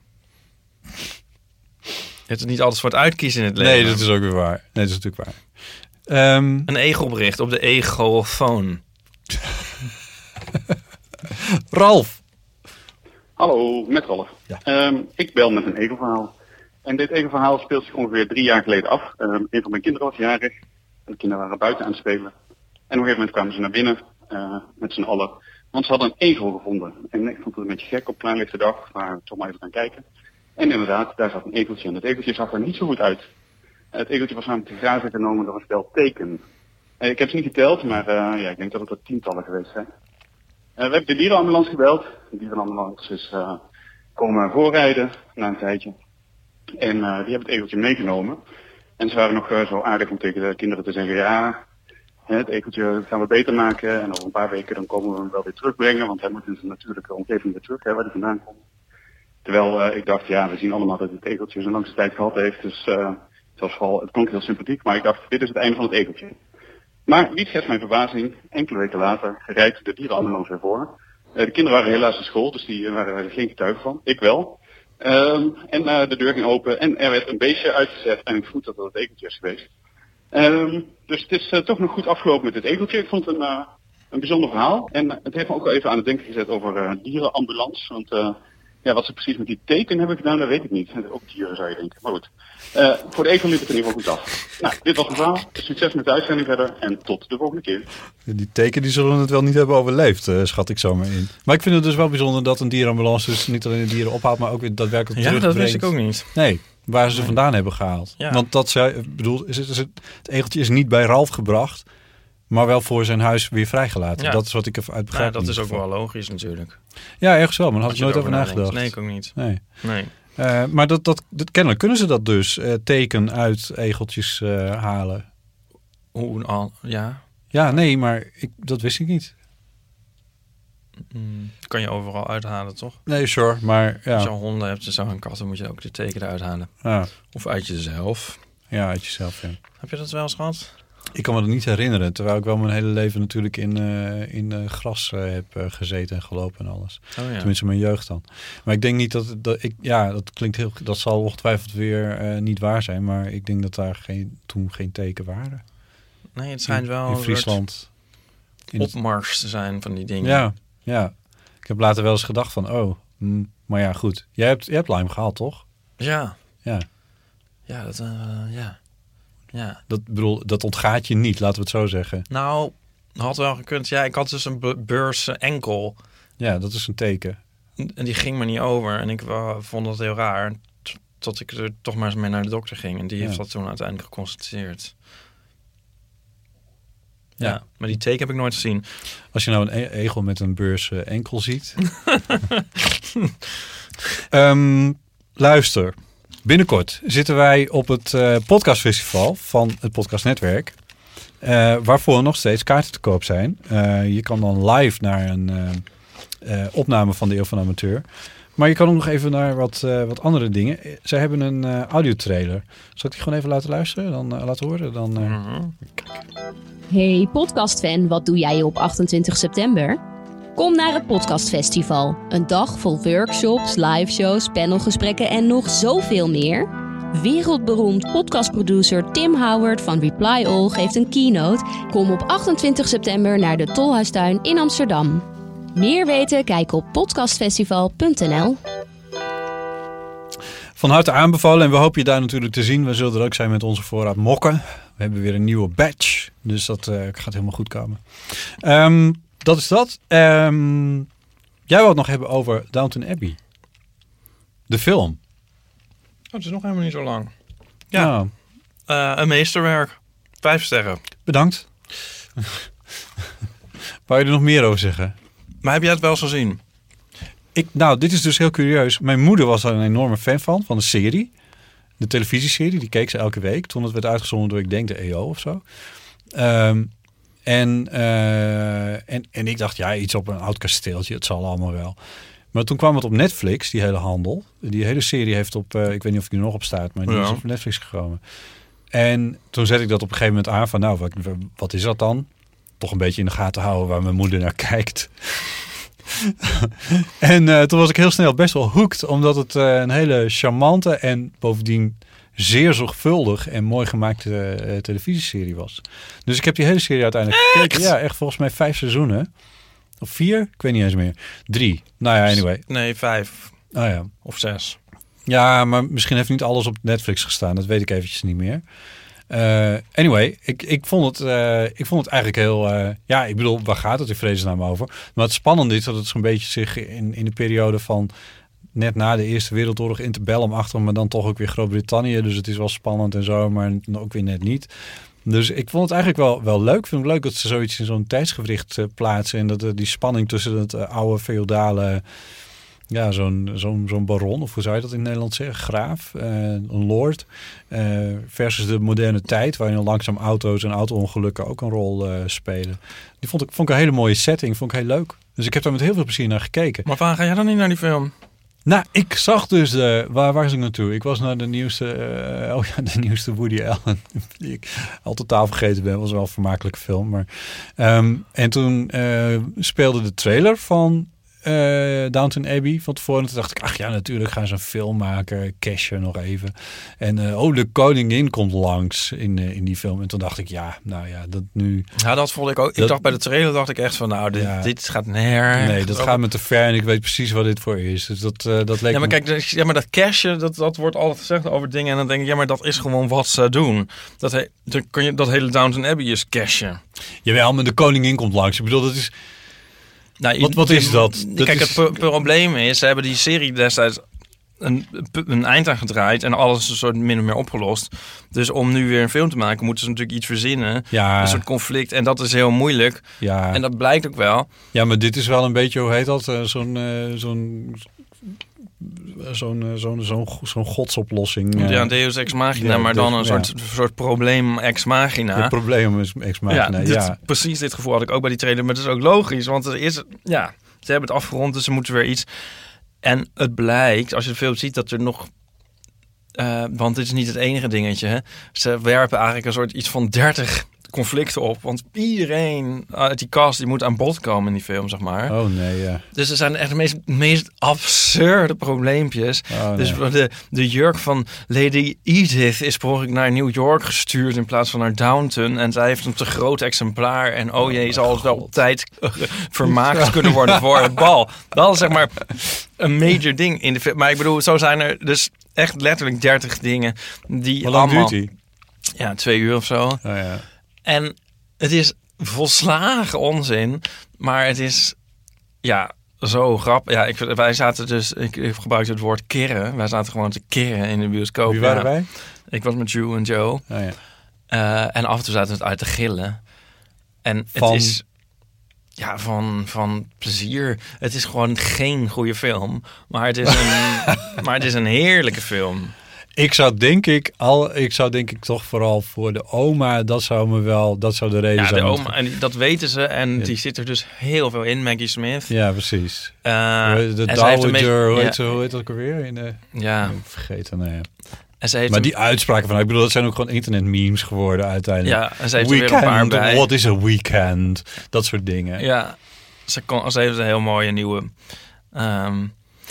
C: Het is niet altijd voor het uitkiezen in het leven.
D: Nee, dat is ook weer waar. Nee, dat is natuurlijk waar. Um...
C: Een egelbericht op de egelfoon.
D: Ralf.
L: Hallo, met Ralf. Ja. Um, ik bel met een egelverhaal. En dit egelverhaal speelt zich ongeveer drie jaar geleden af. Um, een van mijn kinderen was jarig. De kinderen waren buiten aan het spelen. En op een gegeven moment kwamen ze naar binnen uh, met z'n allen. Want ze hadden een egel gevonden. En ik vond het een beetje gek op klaarlichte dag. Maar we toch maar even gaan kijken. En inderdaad, daar zat een egeltje. En het egeltje zag er niet zo goed uit. Uh, het egeltje was namelijk te grazen genomen door een stel teken. Uh, ik heb ze niet geteld, maar uh, ja, ik denk dat het er tientallen geweest zijn. Uh, we hebben de dierenambulance gebeld. De dierenambulance is uh, komen voorrijden na een tijdje. En uh, die hebben het egeltje meegenomen. En ze waren nog uh, zo aardig om tegen de kinderen te zeggen, ja, het egeltje gaan we beter maken. En over een paar weken dan komen we hem wel weer terugbrengen. Want hij moet in zijn natuurlijke omgeving weer terug, hè, waar hij vandaan komt. Terwijl uh, ik dacht, ja, we zien allemaal dat het egeltje zijn langste tijd gehad heeft. Dus uh, het was vooral, het klonk heel sympathiek. Maar ik dacht, dit is het einde van het egeltje. Maar niet schetst mijn verbazing. Enkele weken later rijdt de dierenambulance weer voor. Uh, de kinderen waren helaas naar school, dus die uh, waren er geen getuige van. Ik wel. Um, en uh, de deur ging open en er werd een beestje uitgezet en ik voel dat het het egeltje is geweest. Um, dus het is uh, toch nog goed afgelopen met het egeltje. Ik vond het een, uh, een bijzonder verhaal. En uh, het heeft me ook wel even aan het denken gezet over uh, dierenambulance. Want uh, ja, wat ze precies met die teken hebben gedaan, dat weet ik niet. Ook dieren zou je denken. Maar goed, uh, voor de egel liep het in ieder geval goed af. Nou, dit was het verhaal. Succes met de uitzending verder en tot de volgende keer.
D: Die teken die zullen het wel niet hebben overleefd, uh, schat ik zomaar in. Maar ik vind het dus wel bijzonder dat een dierenambulance dus niet alleen de dieren ophaalt, maar ook weer daadwerkelijk
C: ja,
D: terugbrengt.
C: Ja, dat wist ik ook niet.
D: Nee, waar ze nee. vandaan hebben gehaald. Ja. Want dat zij, bedoel, is het, is het, het egeltje is niet bij Ralf gebracht, maar wel voor zijn huis weer vrijgelaten. Ja. Dat is wat ik even uit begrijp.
C: Ja, dat is ook wel logisch natuurlijk.
D: Ja, ergens wel, maar daar had ik nooit over nagedacht.
C: Nee, ik ook niet.
D: Nee.
C: nee.
D: Uh, maar dat, dat, dat, kennelijk kunnen ze dat dus, uh, teken uit egeltjes uh, halen.
C: Hoe al? Ja.
D: Ja, nee, maar ik, dat wist ik niet.
C: Mm, kan je overal uithalen, toch?
D: Nee, sure, maar ja.
C: Als je al honden hebt, dus een kat, dan moet je ook de teken eruit halen.
D: Ja.
C: Of uit jezelf.
D: Ja, uit jezelf, ja.
C: Heb je dat wel eens gehad?
D: Ik kan me dat niet herinneren, terwijl ik wel mijn hele leven natuurlijk in, uh, in uh, gras uh, heb uh, gezeten en gelopen en alles.
C: Oh, ja.
D: Tenminste mijn jeugd dan. Maar ik denk niet dat, dat ik, ja, dat klinkt heel, dat zal ongetwijfeld weer uh, niet waar zijn, maar ik denk dat daar geen, toen geen teken waren.
C: Nee, het schijnt wel
D: in, in Friesland
C: in opmars te zijn van die dingen.
D: Ja, ja. Ik heb later wel eens gedacht van, oh, mm, maar ja, goed. Jij hebt, jij hebt Lyme gehad, toch?
C: Ja.
D: Ja.
C: Ja, dat, uh, ja. Ja.
D: Dat, bedoel, dat ontgaat je niet, laten we het zo zeggen.
C: Nou, had wel gekund. Ja, ik had dus een beurs enkel.
D: Ja, dat is een teken.
C: En die ging me niet over. En ik uh, vond dat heel raar. Tot ik er toch maar eens mee naar de dokter ging. En die ja. heeft dat toen uiteindelijk geconstateerd. Ja. ja, maar die teken heb ik nooit gezien.
D: Als je nou een e- egel met een beurs uh, enkel ziet. um, luister. Binnenkort zitten wij op het uh, podcastfestival van het podcastnetwerk. Uh, waarvoor nog steeds kaarten te koop zijn. Uh, je kan dan live naar een uh, uh, opname van de Eeuw van de Amateur. Maar je kan ook nog even naar wat, uh, wat andere dingen. Zij hebben een uh, audiotrailer. Zal ik die gewoon even laten luisteren? Dan uh, laten horen? Dan, uh... mm-hmm.
M: Hey podcastfan, wat doe jij op achtentwintig september? Kom naar het podcastfestival. Een dag vol workshops, liveshows, panelgesprekken en nog zoveel meer. Wereldberoemd podcastproducer Tim Howard van Reply All geeft een keynote. Kom op achtentwintig september naar de Tolhuistuin in Amsterdam. Meer weten? Kijk op podcastfestival punt n l.
D: Van harte aanbevolen en we hopen je daar natuurlijk te zien. We zullen er ook zijn met onze voorraad mokken. We hebben weer een nieuwe batch, dus dat uh, gaat helemaal goed komen. Um, dat is dat. Um, jij wou het nog hebben over Downton Abbey. De film.
C: Oh, het is nog helemaal niet zo lang. Ja,
D: nou.
C: uh, een meesterwerk. Vijf sterren.
D: Bedankt. Wou je er nog meer over zeggen?
C: Maar heb jij het wel eens gezien?
D: ik, nou, dit is dus heel curieus. Mijn moeder was er een enorme fan van, van de serie. De televisieserie, die keek ze elke week. Toen het werd uitgezonden door, ik denk, de E O of zo. Um, en, uh, en, en ik dacht, ja, iets op een oud kasteeltje. Het zal allemaal wel. Maar toen kwam het op Netflix, die hele handel. Die hele serie heeft op, uh, ik weet niet of die er nog op staat, maar die ja. is op Netflix gekomen. En toen zet ik dat op een gegeven moment aan van, nou, wat, wat is dat dan? Toch een beetje in de gaten houden waar mijn moeder naar kijkt. en uh, toen was ik heel snel best wel hooked, omdat het uh, een hele charmante en bovendien zeer zorgvuldig en mooi gemaakte uh, televisieserie was. Dus ik heb die hele serie uiteindelijk echt? gekeken. Ja, echt volgens mij vijf seizoenen. Of vier? Ik weet niet eens meer. Drie. Nou ja, anyway.
C: Nee, vijf.
D: Oh ja.
C: Of zes.
D: Ja, maar misschien heeft niet alles op Netflix gestaan. Dat weet ik eventjes niet meer. Uh, anyway, ik, ik, vond het, uh, ik vond het eigenlijk heel... Uh, ja, ik bedoel, waar gaat het in vredesnaam over? Maar het spannende is dat het zo'n beetje zich in, in de periode van... net na de Eerste Wereldoorlog interbellum achter, maar dan toch ook weer Groot-Brittannië. Dus het is wel spannend en zo, maar ook weer net niet. Dus ik vond het eigenlijk wel, wel leuk. Ik vind het leuk dat ze zoiets in zo'n tijdsgewricht uh, plaatsen. En dat uh, die spanning tussen het uh, oude feodale... Ja, zo'n, zo'n, zo'n baron, of hoe zou je dat in Nederland zeggen? Graaf, uh, een lord. Uh, versus de moderne tijd, waarin langzaam auto's en auto-ongelukken ook een rol uh, spelen. Die vond ik, vond ik een hele mooie setting, vond ik heel leuk. Dus ik heb daar met heel veel plezier naar gekeken.
C: Maar waar ga jij dan niet naar die film?
D: Nou, ik zag dus... De, waar, waar was ik naartoe? Ik was naar de nieuwste... Uh, oh ja, de nieuwste Woody Allen. Die ik al totaal vergeten ben. Was wel een vermakelijke film. Maar, um, en toen uh, speelde de trailer van... Uh, Downton Abbey van tevoren. En toen dacht ik, ach ja, natuurlijk gaan ze een film maken. Cashen nog even. En uh, oh, de koningin komt langs in, uh, in die film. En toen dacht ik, ja, nou ja, dat nu...
C: Ja, dat vond ik ook. Dat, ik dacht bij de trailer, dacht ik echt van, nou, dit, ja, dit gaat nergens.
D: Nee, dat gaat me te ver en ik weet precies wat dit voor is. Dus dat, uh, dat leek
C: ja, maar
D: me...
C: kijk, ja, maar dat cashen, dat, dat wordt altijd gezegd over dingen. En dan denk ik, ja, maar dat is gewoon wat ze doen. Dat, he, dan kun je, dat hele Downton Abbey is cashen.
D: Jawel, maar de koningin komt langs. Ik bedoel, dat is...
C: Nou,
D: wat, wat is dat? dat
C: kijk,
D: is...
C: het pro- probleem is, ze hebben die serie destijds een, een eind aan gedraaid en alles is een soort min of meer opgelost. Dus om nu weer een film te maken, moeten ze natuurlijk iets verzinnen.
D: Ja.
C: Een soort conflict. En dat is heel moeilijk.
D: Ja.
C: En dat blijkt ook wel.
D: Ja, maar dit is wel een beetje, hoe heet dat? Uh, zo'n... Uh, zo'n Zo'n, zo'n, zo'n, zo'n godsoplossing.
C: Ja, Deus Ex Machina, ja, maar dan een ja. soort, soort probleem Ex Machina.
D: Het probleem is Ex Machina, ja. Dit, ja.
C: Precies dit gevoel had ik ook bij die trailer, maar het is ook logisch, want er is, ja, ze hebben het afgerond, dus ze moeten weer iets. En het blijkt, als je de film ziet, dat er nog... Uh, want dit is niet het enige dingetje, hè. Ze werpen eigenlijk een soort iets van dertig conflicten op. Want iedereen uit die cast die moet aan bod komen in die film, zeg maar.
D: Oh nee, ja.
C: Dus er zijn echt de meest, meest absurde probleempjes.
D: Oh, nee.
C: Dus de, de jurk van Lady Edith is per ongeluk naar New York gestuurd in plaats van naar Downton. En zij heeft een te groot exemplaar. En oh jee, zal het wel op tijd uh, vermaakt kunnen worden voor het bal. Dat is zeg maar een major ding in de film. Maar ik bedoel, zo zijn er dus echt letterlijk dertig dingen die
D: Hoe lang
C: allemaal...
D: duurt die?
C: Ja, twee uur of zo.
D: Oh, ja.
C: En het is volslagen onzin, maar het is ja zo grappig. Ja, ik, wij zaten dus, ik, ik gebruikte het woord kirren. Wij zaten gewoon te kirren in de bioscoop.
D: Wie waren
C: ja.
D: wij?
C: Ik was met Drew en Joe.
D: Oh, ja.
C: uh, en af en toe zaten we het uit te gillen. En
D: van...
C: het is ja van van plezier. Het is gewoon geen goede film, maar het is een maar het is een heerlijke film.
D: Ik zou denk ik al, ik zou denk ik toch vooral voor de oma, dat zou me wel, dat zou de reden
C: ja,
D: zijn.
C: Ja, de oma, en dat weten ze en ja. die zit er dus heel veel in, Maggie Smith.
D: Ja, precies.
C: Uh,
D: de Dowager, meest... hoe heet, ja. hoe heet dat ook alweer? In de...
C: Ja.
D: Ik vergeten, nee.
C: En ze heeft
D: maar
C: hem...
D: die uitspraken van, ik bedoel, dat zijn ook gewoon internet memes geworden uiteindelijk.
C: Ja, en ze heeft
D: weekend,
C: er weer een paar bij.
D: What is a weekend? Dat soort dingen.
C: Ja, ze, kon, ze heeft een heel mooie nieuwe... Um,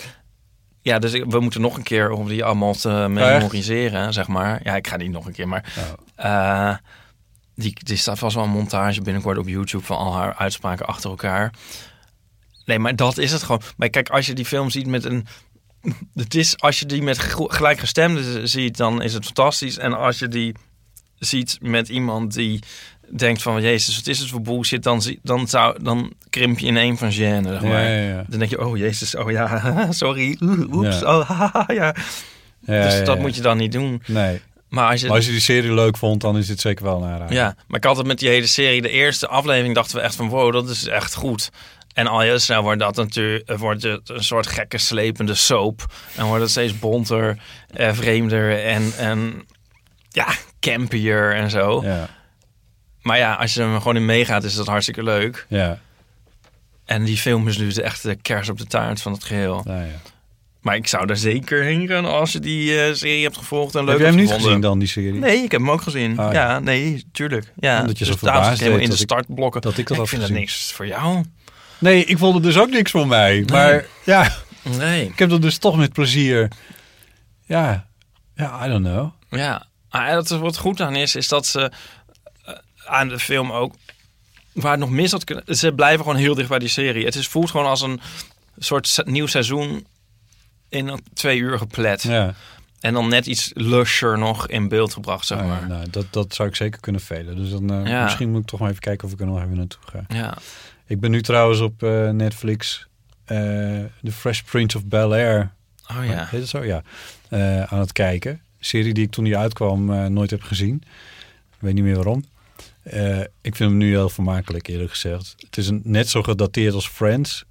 C: Ja, dus we moeten nog een keer om die allemaal te memoriseren, oh, zeg maar. Ja, ik ga die nog een keer, maar... Oh. Uh, die, die staat vast wel een montage binnenkort op YouTube van al haar uitspraken achter elkaar. Nee, maar dat is het gewoon. Maar kijk, als je die film ziet met een... Het is, als je die met gelijkgestemden ziet, dan is het fantastisch. En als je die ziet met iemand die denkt van, jezus, wat is het voor bullshit, dan, dan, zou, dan krimp je in één van gêne, zeg maar.
D: Ja, ja, ja.
C: Dan denk je, oh jezus, oh ja, sorry, oeps, ja. oh haha, ja. ja. Dus
D: ja,
C: dat
D: ja.
C: moet je dan niet doen.
D: Nee.
C: Maar als je,
D: maar als je die serie leuk vond, dan is dit zeker wel een aanrader.
C: Ja, maar ik had het met die hele serie, de eerste aflevering dachten we echt van, wow, dat is echt goed. En al heel snel wordt dat natuurlijk wordt het een soort gekke slepende soap. En wordt het steeds bonter, eh, vreemder en, en ja, campier en zo.
D: Ja.
C: Maar ja, als je er gewoon in meegaat, is dat hartstikke leuk.
D: Ja.
C: En die film is nu echt de kers op de taart van het geheel.
D: Nou ja.
C: Maar ik zou er zeker heen gaan als je die uh, serie hebt gevolgd en leuk
D: heb jij hem niet
C: gevonden.
D: gezien dan, die serie?
C: Nee, ik heb hem ook gezien.
D: Ah,
C: ja.
D: ja,
C: nee, tuurlijk. Ja,
D: Omdat je
C: dus
D: zo
C: daarom zit
D: verbaasd
C: ik helemaal
D: deed
C: in de
D: dat ik-
C: startblokken.
D: dat ik dat
C: ik
D: had
C: vind dat
D: gezien.
C: niks voor jou.
D: Nee, ik vond het dus ook niks voor mij. Maar ja,
C: Nee.
D: ik heb dat dus toch met plezier. Ja, ja, I don't know.
C: Ja, maar dat is wat goed aan is, is dat ze uh, aan de film ook, waar het nog mis had kunnen, ze blijven gewoon heel dicht bij die serie. Het is, voelt gewoon als een soort se- nieuw seizoen in een twee uur geplet.
D: Ja.
C: En dan net iets lusher nog in beeld gebracht, zeg maar.
D: Ah, nou, dat, dat zou ik zeker kunnen velen. Dus dan uh,
C: Ja.
D: misschien moet ik toch maar even kijken of ik er nog even naartoe ga.
C: Ja.
D: Ik ben nu trouwens op uh, Netflix uh, The Fresh Prince of Bel-Air.
C: Oh ja.
D: Heet het zo? Ja. Uh, aan het kijken. Serie die ik toen die uitkwam uh, nooit heb gezien. Ik weet niet meer waarom. Uh, ik vind hem nu heel vermakelijk, eerlijk gezegd. Het is een, net zo gedateerd als Friends.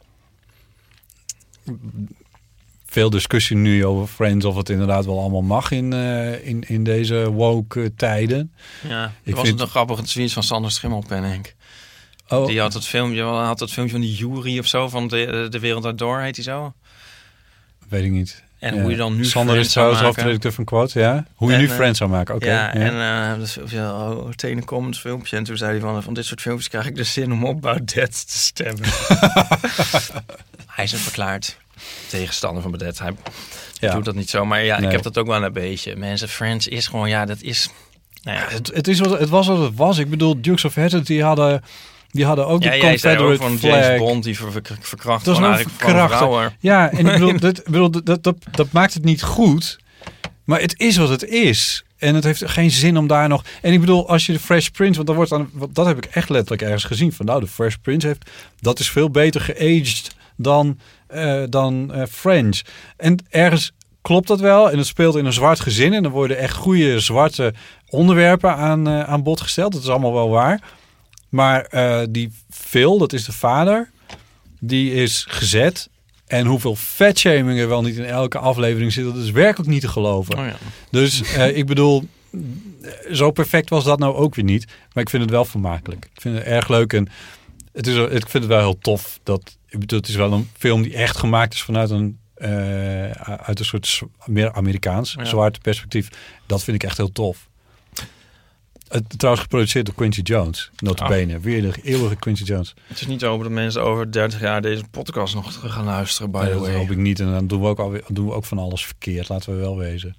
D: Veel discussie nu over Friends, of het inderdaad wel allemaal mag in, uh, in, in deze woke uh, tijden.
C: Ja,
D: ik
C: was
D: vind...
C: het een grappige tweet van Sander Schimmelpenninck.
D: Oh.
C: Die had het filmpje, had het filmpje van die jury of zo, van de, de Wereld Draait Door, heet hij zo?
D: Weet ik niet.
C: En
D: ja.
C: hoe je dan nu
D: Sander
C: Friends
D: is trouwens
C: zou maken.
D: hoofdredacteur van Quote, ja? Hoe je
C: En,
D: nu
C: uh,
D: Friends zou maken, oké.
C: Okay, ja,
D: ja,
C: en uh, dat filmpje, oh, tegenkomend filmpje. En toen zei hij van, van dit soort filmpjes krijg ik de zin om op Baudet te stemmen. Hij is een verklaard tegenstander van Baudet. Hij
D: Ja.
C: doet dat niet zo. Maar ja,
D: Nee.
C: ik heb dat ook wel een beetje. Mensen, Friends is gewoon, ja, dat is... Nou ja,
D: Het, het, is wat, het was wat het was. Ik bedoel, Dukes of Hazzard, die hadden, die hadden ook
C: ja,
D: de
C: jij zei ook
D: Confederate
C: van
D: flag.
C: James Bond, die ver, ver, verkracht
D: Dat is
C: gewoon
D: een
C: eigenlijk van vrouwen.
D: Ja, en ik bedoel, dat, ik bedoel dat, dat, dat maakt het niet goed. Maar het is wat het is. En het heeft geen zin om daar nog... En ik bedoel, als je de Fresh Prince... Want dat, wordt dan, want dat heb ik echt letterlijk ergens gezien. Van nou, de Fresh Prince heeft... Dat is veel beter geaged dan, uh, dan uh, Friends. En ergens klopt dat wel. En het speelt in een zwart gezin. En dan worden echt goede zwarte onderwerpen aan, uh, aan bod gesteld. Dat is allemaal wel waar. Maar uh, die Phil, dat is de vader... Die is gezet... En hoeveel fatshaming er wel niet in elke aflevering zit, dat is werkelijk niet te geloven.
C: Oh ja.
D: Dus uh, ik bedoel, zo perfect was dat nou ook weer niet. Maar ik vind het wel vermakelijk. Ik vind het erg leuk en het is, ik vind het wel heel tof. Dat, ik bedoel, het is wel een film die echt gemaakt is vanuit een, uh, uit een soort meer Amerikaans,
C: Ja.
D: zwarte perspectief. Dat vind ik echt heel tof. Het, trouwens geproduceerd door Quincy Jones. Nota bene. Weer de eeuwige Quincy Jones.
C: Het is niet te hopen dat mensen over dertig jaar deze podcast nog gaan luisteren, by
D: Nee,
C: the
D: dat
C: way.
D: hoop ik niet. En dan doen we ook, alweer, doen we ook van alles verkeerd. Laten we wel wezen.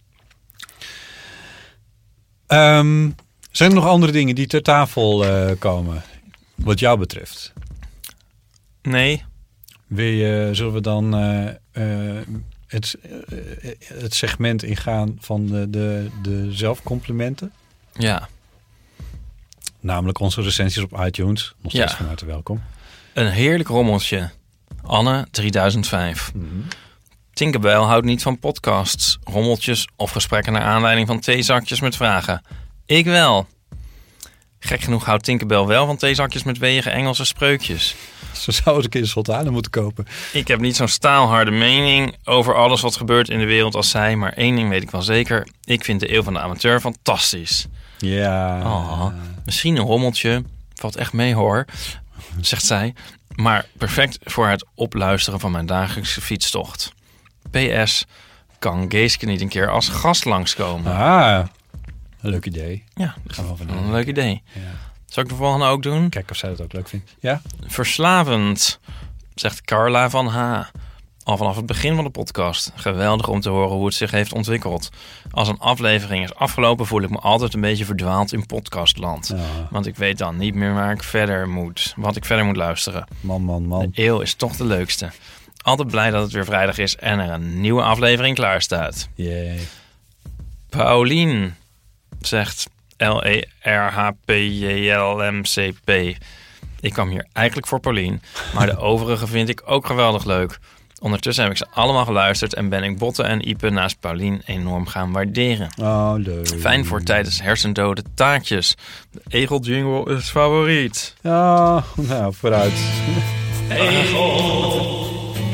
D: Um, zijn er nog andere dingen die ter tafel uh, komen? Wat jou betreft?
C: Nee.
D: Wil je, zullen we dan uh, uh, het, uh, het segment ingaan van de, de, de zelfcomplimenten?
C: Ja.
D: Namelijk onze recensies op iTunes. Nog steeds
C: Ja.
D: van harte welkom.
C: Een heerlijk rommeltje. Anne drieduizend vijf.
D: Mm-hmm.
C: Tinkerbell houdt niet van podcasts, rommeltjes of gesprekken naar aanleiding van theezakjes met vragen. Ik wel. Gek genoeg houdt Tinkerbell wel van theezakjes met wege Engelse spreukjes.
D: Zo zou ik een keer een sultanen moeten kopen.
C: Ik heb niet zo'n staalharde mening over alles wat gebeurt in de wereld als zij, maar één ding weet ik wel zeker. Ik vind de Eeuw van de Amateur fantastisch.
D: Ja.
C: Oh, misschien een rommeltje. Valt echt mee hoor, zegt zij. Maar perfect voor het opluisteren van mijn dagelijkse fietstocht. P S. Kan Geeske niet een keer als gast langskomen?
D: Ah, een leuk idee.
C: Ja,
D: gaan we van
C: een leuk idee.
D: Ja.
C: Zal ik de volgende ook doen?
D: Kijk of zij dat ook leuk vindt. Ja?
C: Verslavend, zegt Carla van H. Al vanaf het begin van de podcast. Geweldig om te horen hoe het zich heeft ontwikkeld. Als een aflevering is afgelopen voel ik me altijd een beetje verdwaald in podcastland.
D: Ja.
C: Want ik weet dan niet meer waar ik verder moet. Wat ik verder moet luisteren.
D: Man, man, man.
C: De eeuw is toch de leukste. Altijd blij dat het weer vrijdag is en er een nieuwe aflevering klaar staat.
D: Yay.
C: Paulien, zegt L E R H P J L M C P. Ik kwam hier eigenlijk voor Paulien, maar de overige vind ik ook geweldig leuk. Ondertussen heb ik ze allemaal geluisterd en ben ik Botte en Ipe naast Paulien enorm gaan waarderen.
D: Oh, leuk.
C: Fijn voor tijdens hersendode taartjes. De Egel jingle is favoriet.
D: Ja, nou, vooruit.
C: Egel.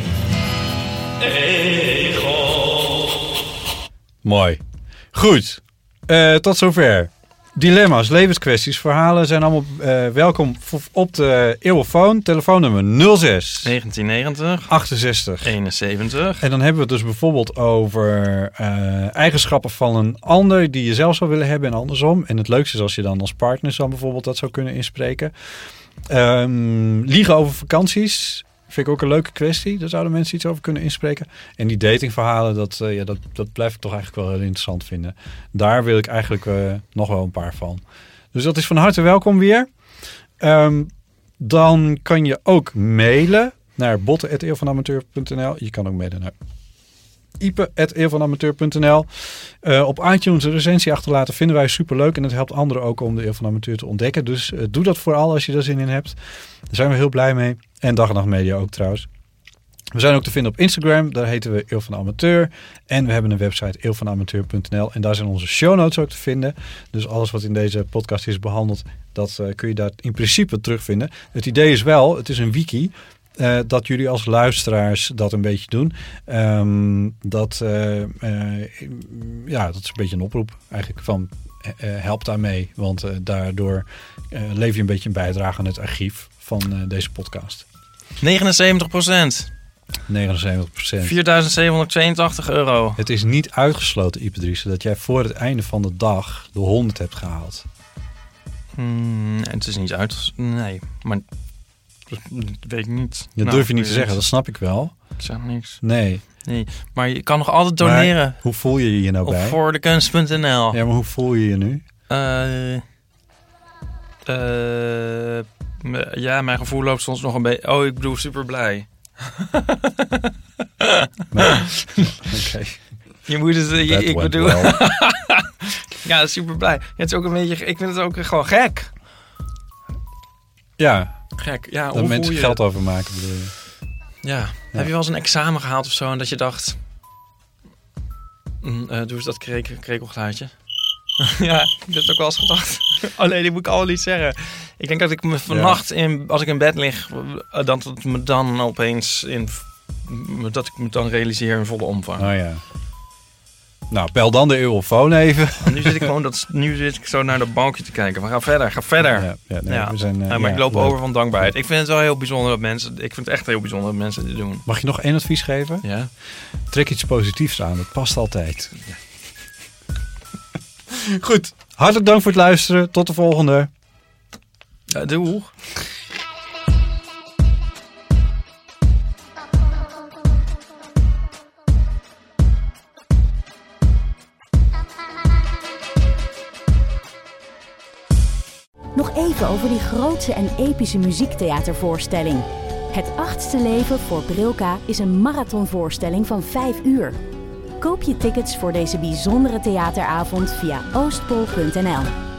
C: Egel.
D: Mooi. Goed. Uh, tot zover. Dilemma's, levenskwesties, verhalen zijn allemaal uh, welkom op de Eeuwenfoon. Telefoonnummer nul zes
C: negentien negentig
D: achtenzestig
C: eenenzeventig.
D: En dan hebben we het dus bijvoorbeeld over uh, eigenschappen van een ander die je zelf zou willen hebben en andersom. En het leukste is als je dan als partner dan bijvoorbeeld dat zou kunnen inspreken. Um, liegen over vakanties. Vind ik ook een leuke kwestie. Daar zouden mensen iets over kunnen inspreken. En die datingverhalen, dat, uh, ja, dat, dat blijf ik toch eigenlijk wel heel interessant vinden. Daar wil ik eigenlijk uh, nog wel een paar van. Dus dat is van harte welkom weer. Um, dan kan je ook mailen naar botten at eeuwvanamateur punt n l. Je kan ook mailen naar ipe at eeuwvanamateur punt n l. Uh, op iTunes een recensie achterlaten vinden wij superleuk. En het helpt anderen ook om de Eeuw van de Amateur te ontdekken. Dus uh, doe dat vooral als je daar zin in hebt. Daar zijn we heel blij mee. En Dag en Nacht Media ook trouwens. We zijn ook te vinden op Instagram. Daar heten we Eeuw van de Amateur. En we hebben een website eeuw van amateur punt n l. En daar zijn onze show notes ook te vinden. Dus alles wat in deze podcast is behandeld, dat uh, kun je daar in principe terugvinden. Het idee is wel, het is een wiki. Uh, dat jullie als luisteraars dat een beetje doen. Um, dat, uh, uh, ja, dat is een beetje een oproep eigenlijk van uh, help daarmee. Want uh, daardoor uh, lever je een beetje een bijdrage aan het archief van uh, deze podcast.
C: negenenzeventig procent.
D: negenenzeventig procent.
C: vierduizend zevenhonderdtweeëntachtig euro.
D: Het is niet uitgesloten, Ipe Driessen, dat jij voor het einde van de dag de honderd hebt gehaald.
C: Hmm, het is niet uit. Nee, maar dat weet ik niet.
D: Dat nou, durf je niet te zeggen, dat snap ik wel.
C: Ik zeg niks.
D: Nee.
C: Nee, maar je kan nog altijd doneren.
D: Maar hoe voel je je hier nou bij?
C: Op voor de kunst punt n l.
D: Ja, maar hoe voel je je nu?
C: Uh, uh, ja, mijn gevoel loopt soms nog een beetje... Oh, ik bedoel super blij.
D: Oké. Okay.
C: Je moet het... Je, ik bedoel... Ja, super blij. Het is ook een beetje... Ik vind het ook gewoon gek.
D: Ja.
C: Gek. Ja,
D: dat
C: hoe
D: mensen
C: voel je...
D: geld overmaken, bedoel je?
C: Ja. Ja. Heb je wel eens een examen gehaald of zo en dat je dacht... Mm, uh, doe eens dat krekel, krekelgeluidje. Ja, ik heb het ook wel eens gedacht. Alleen, die moet ik al niet zeggen. Ik denk dat ik me vannacht, ja. in, als ik in bed lig, dat het me dan opeens in... dat ik me dan realiseer in volle omvang.
D: Oh ja. Nou, bel dan de Eurofoon even.
C: Nu zit ik gewoon dat, nu zit ik zo naar dat bankje te kijken. Maar ga verder, ga verder. Ja, ja, nee, ja. We zijn, uh, ja, maar ja, ik loop leuk. over van dankbaarheid. Ik vind het wel heel bijzonder dat mensen... Ik vind het echt heel bijzonder dat mensen dit doen.
D: Mag je nog één advies geven?
C: Ja.
D: Trek iets positiefs aan. Dat past altijd. Ja. Goed. Hartelijk dank voor het luisteren. Tot de volgende.
C: Ja, doei.
B: Nog even over die grootse en epische muziektheatervoorstelling. Het achtste leven voor Brilka is een marathonvoorstelling van vijf uur. Koop je tickets voor deze bijzondere theateravond via oostpol punt n l.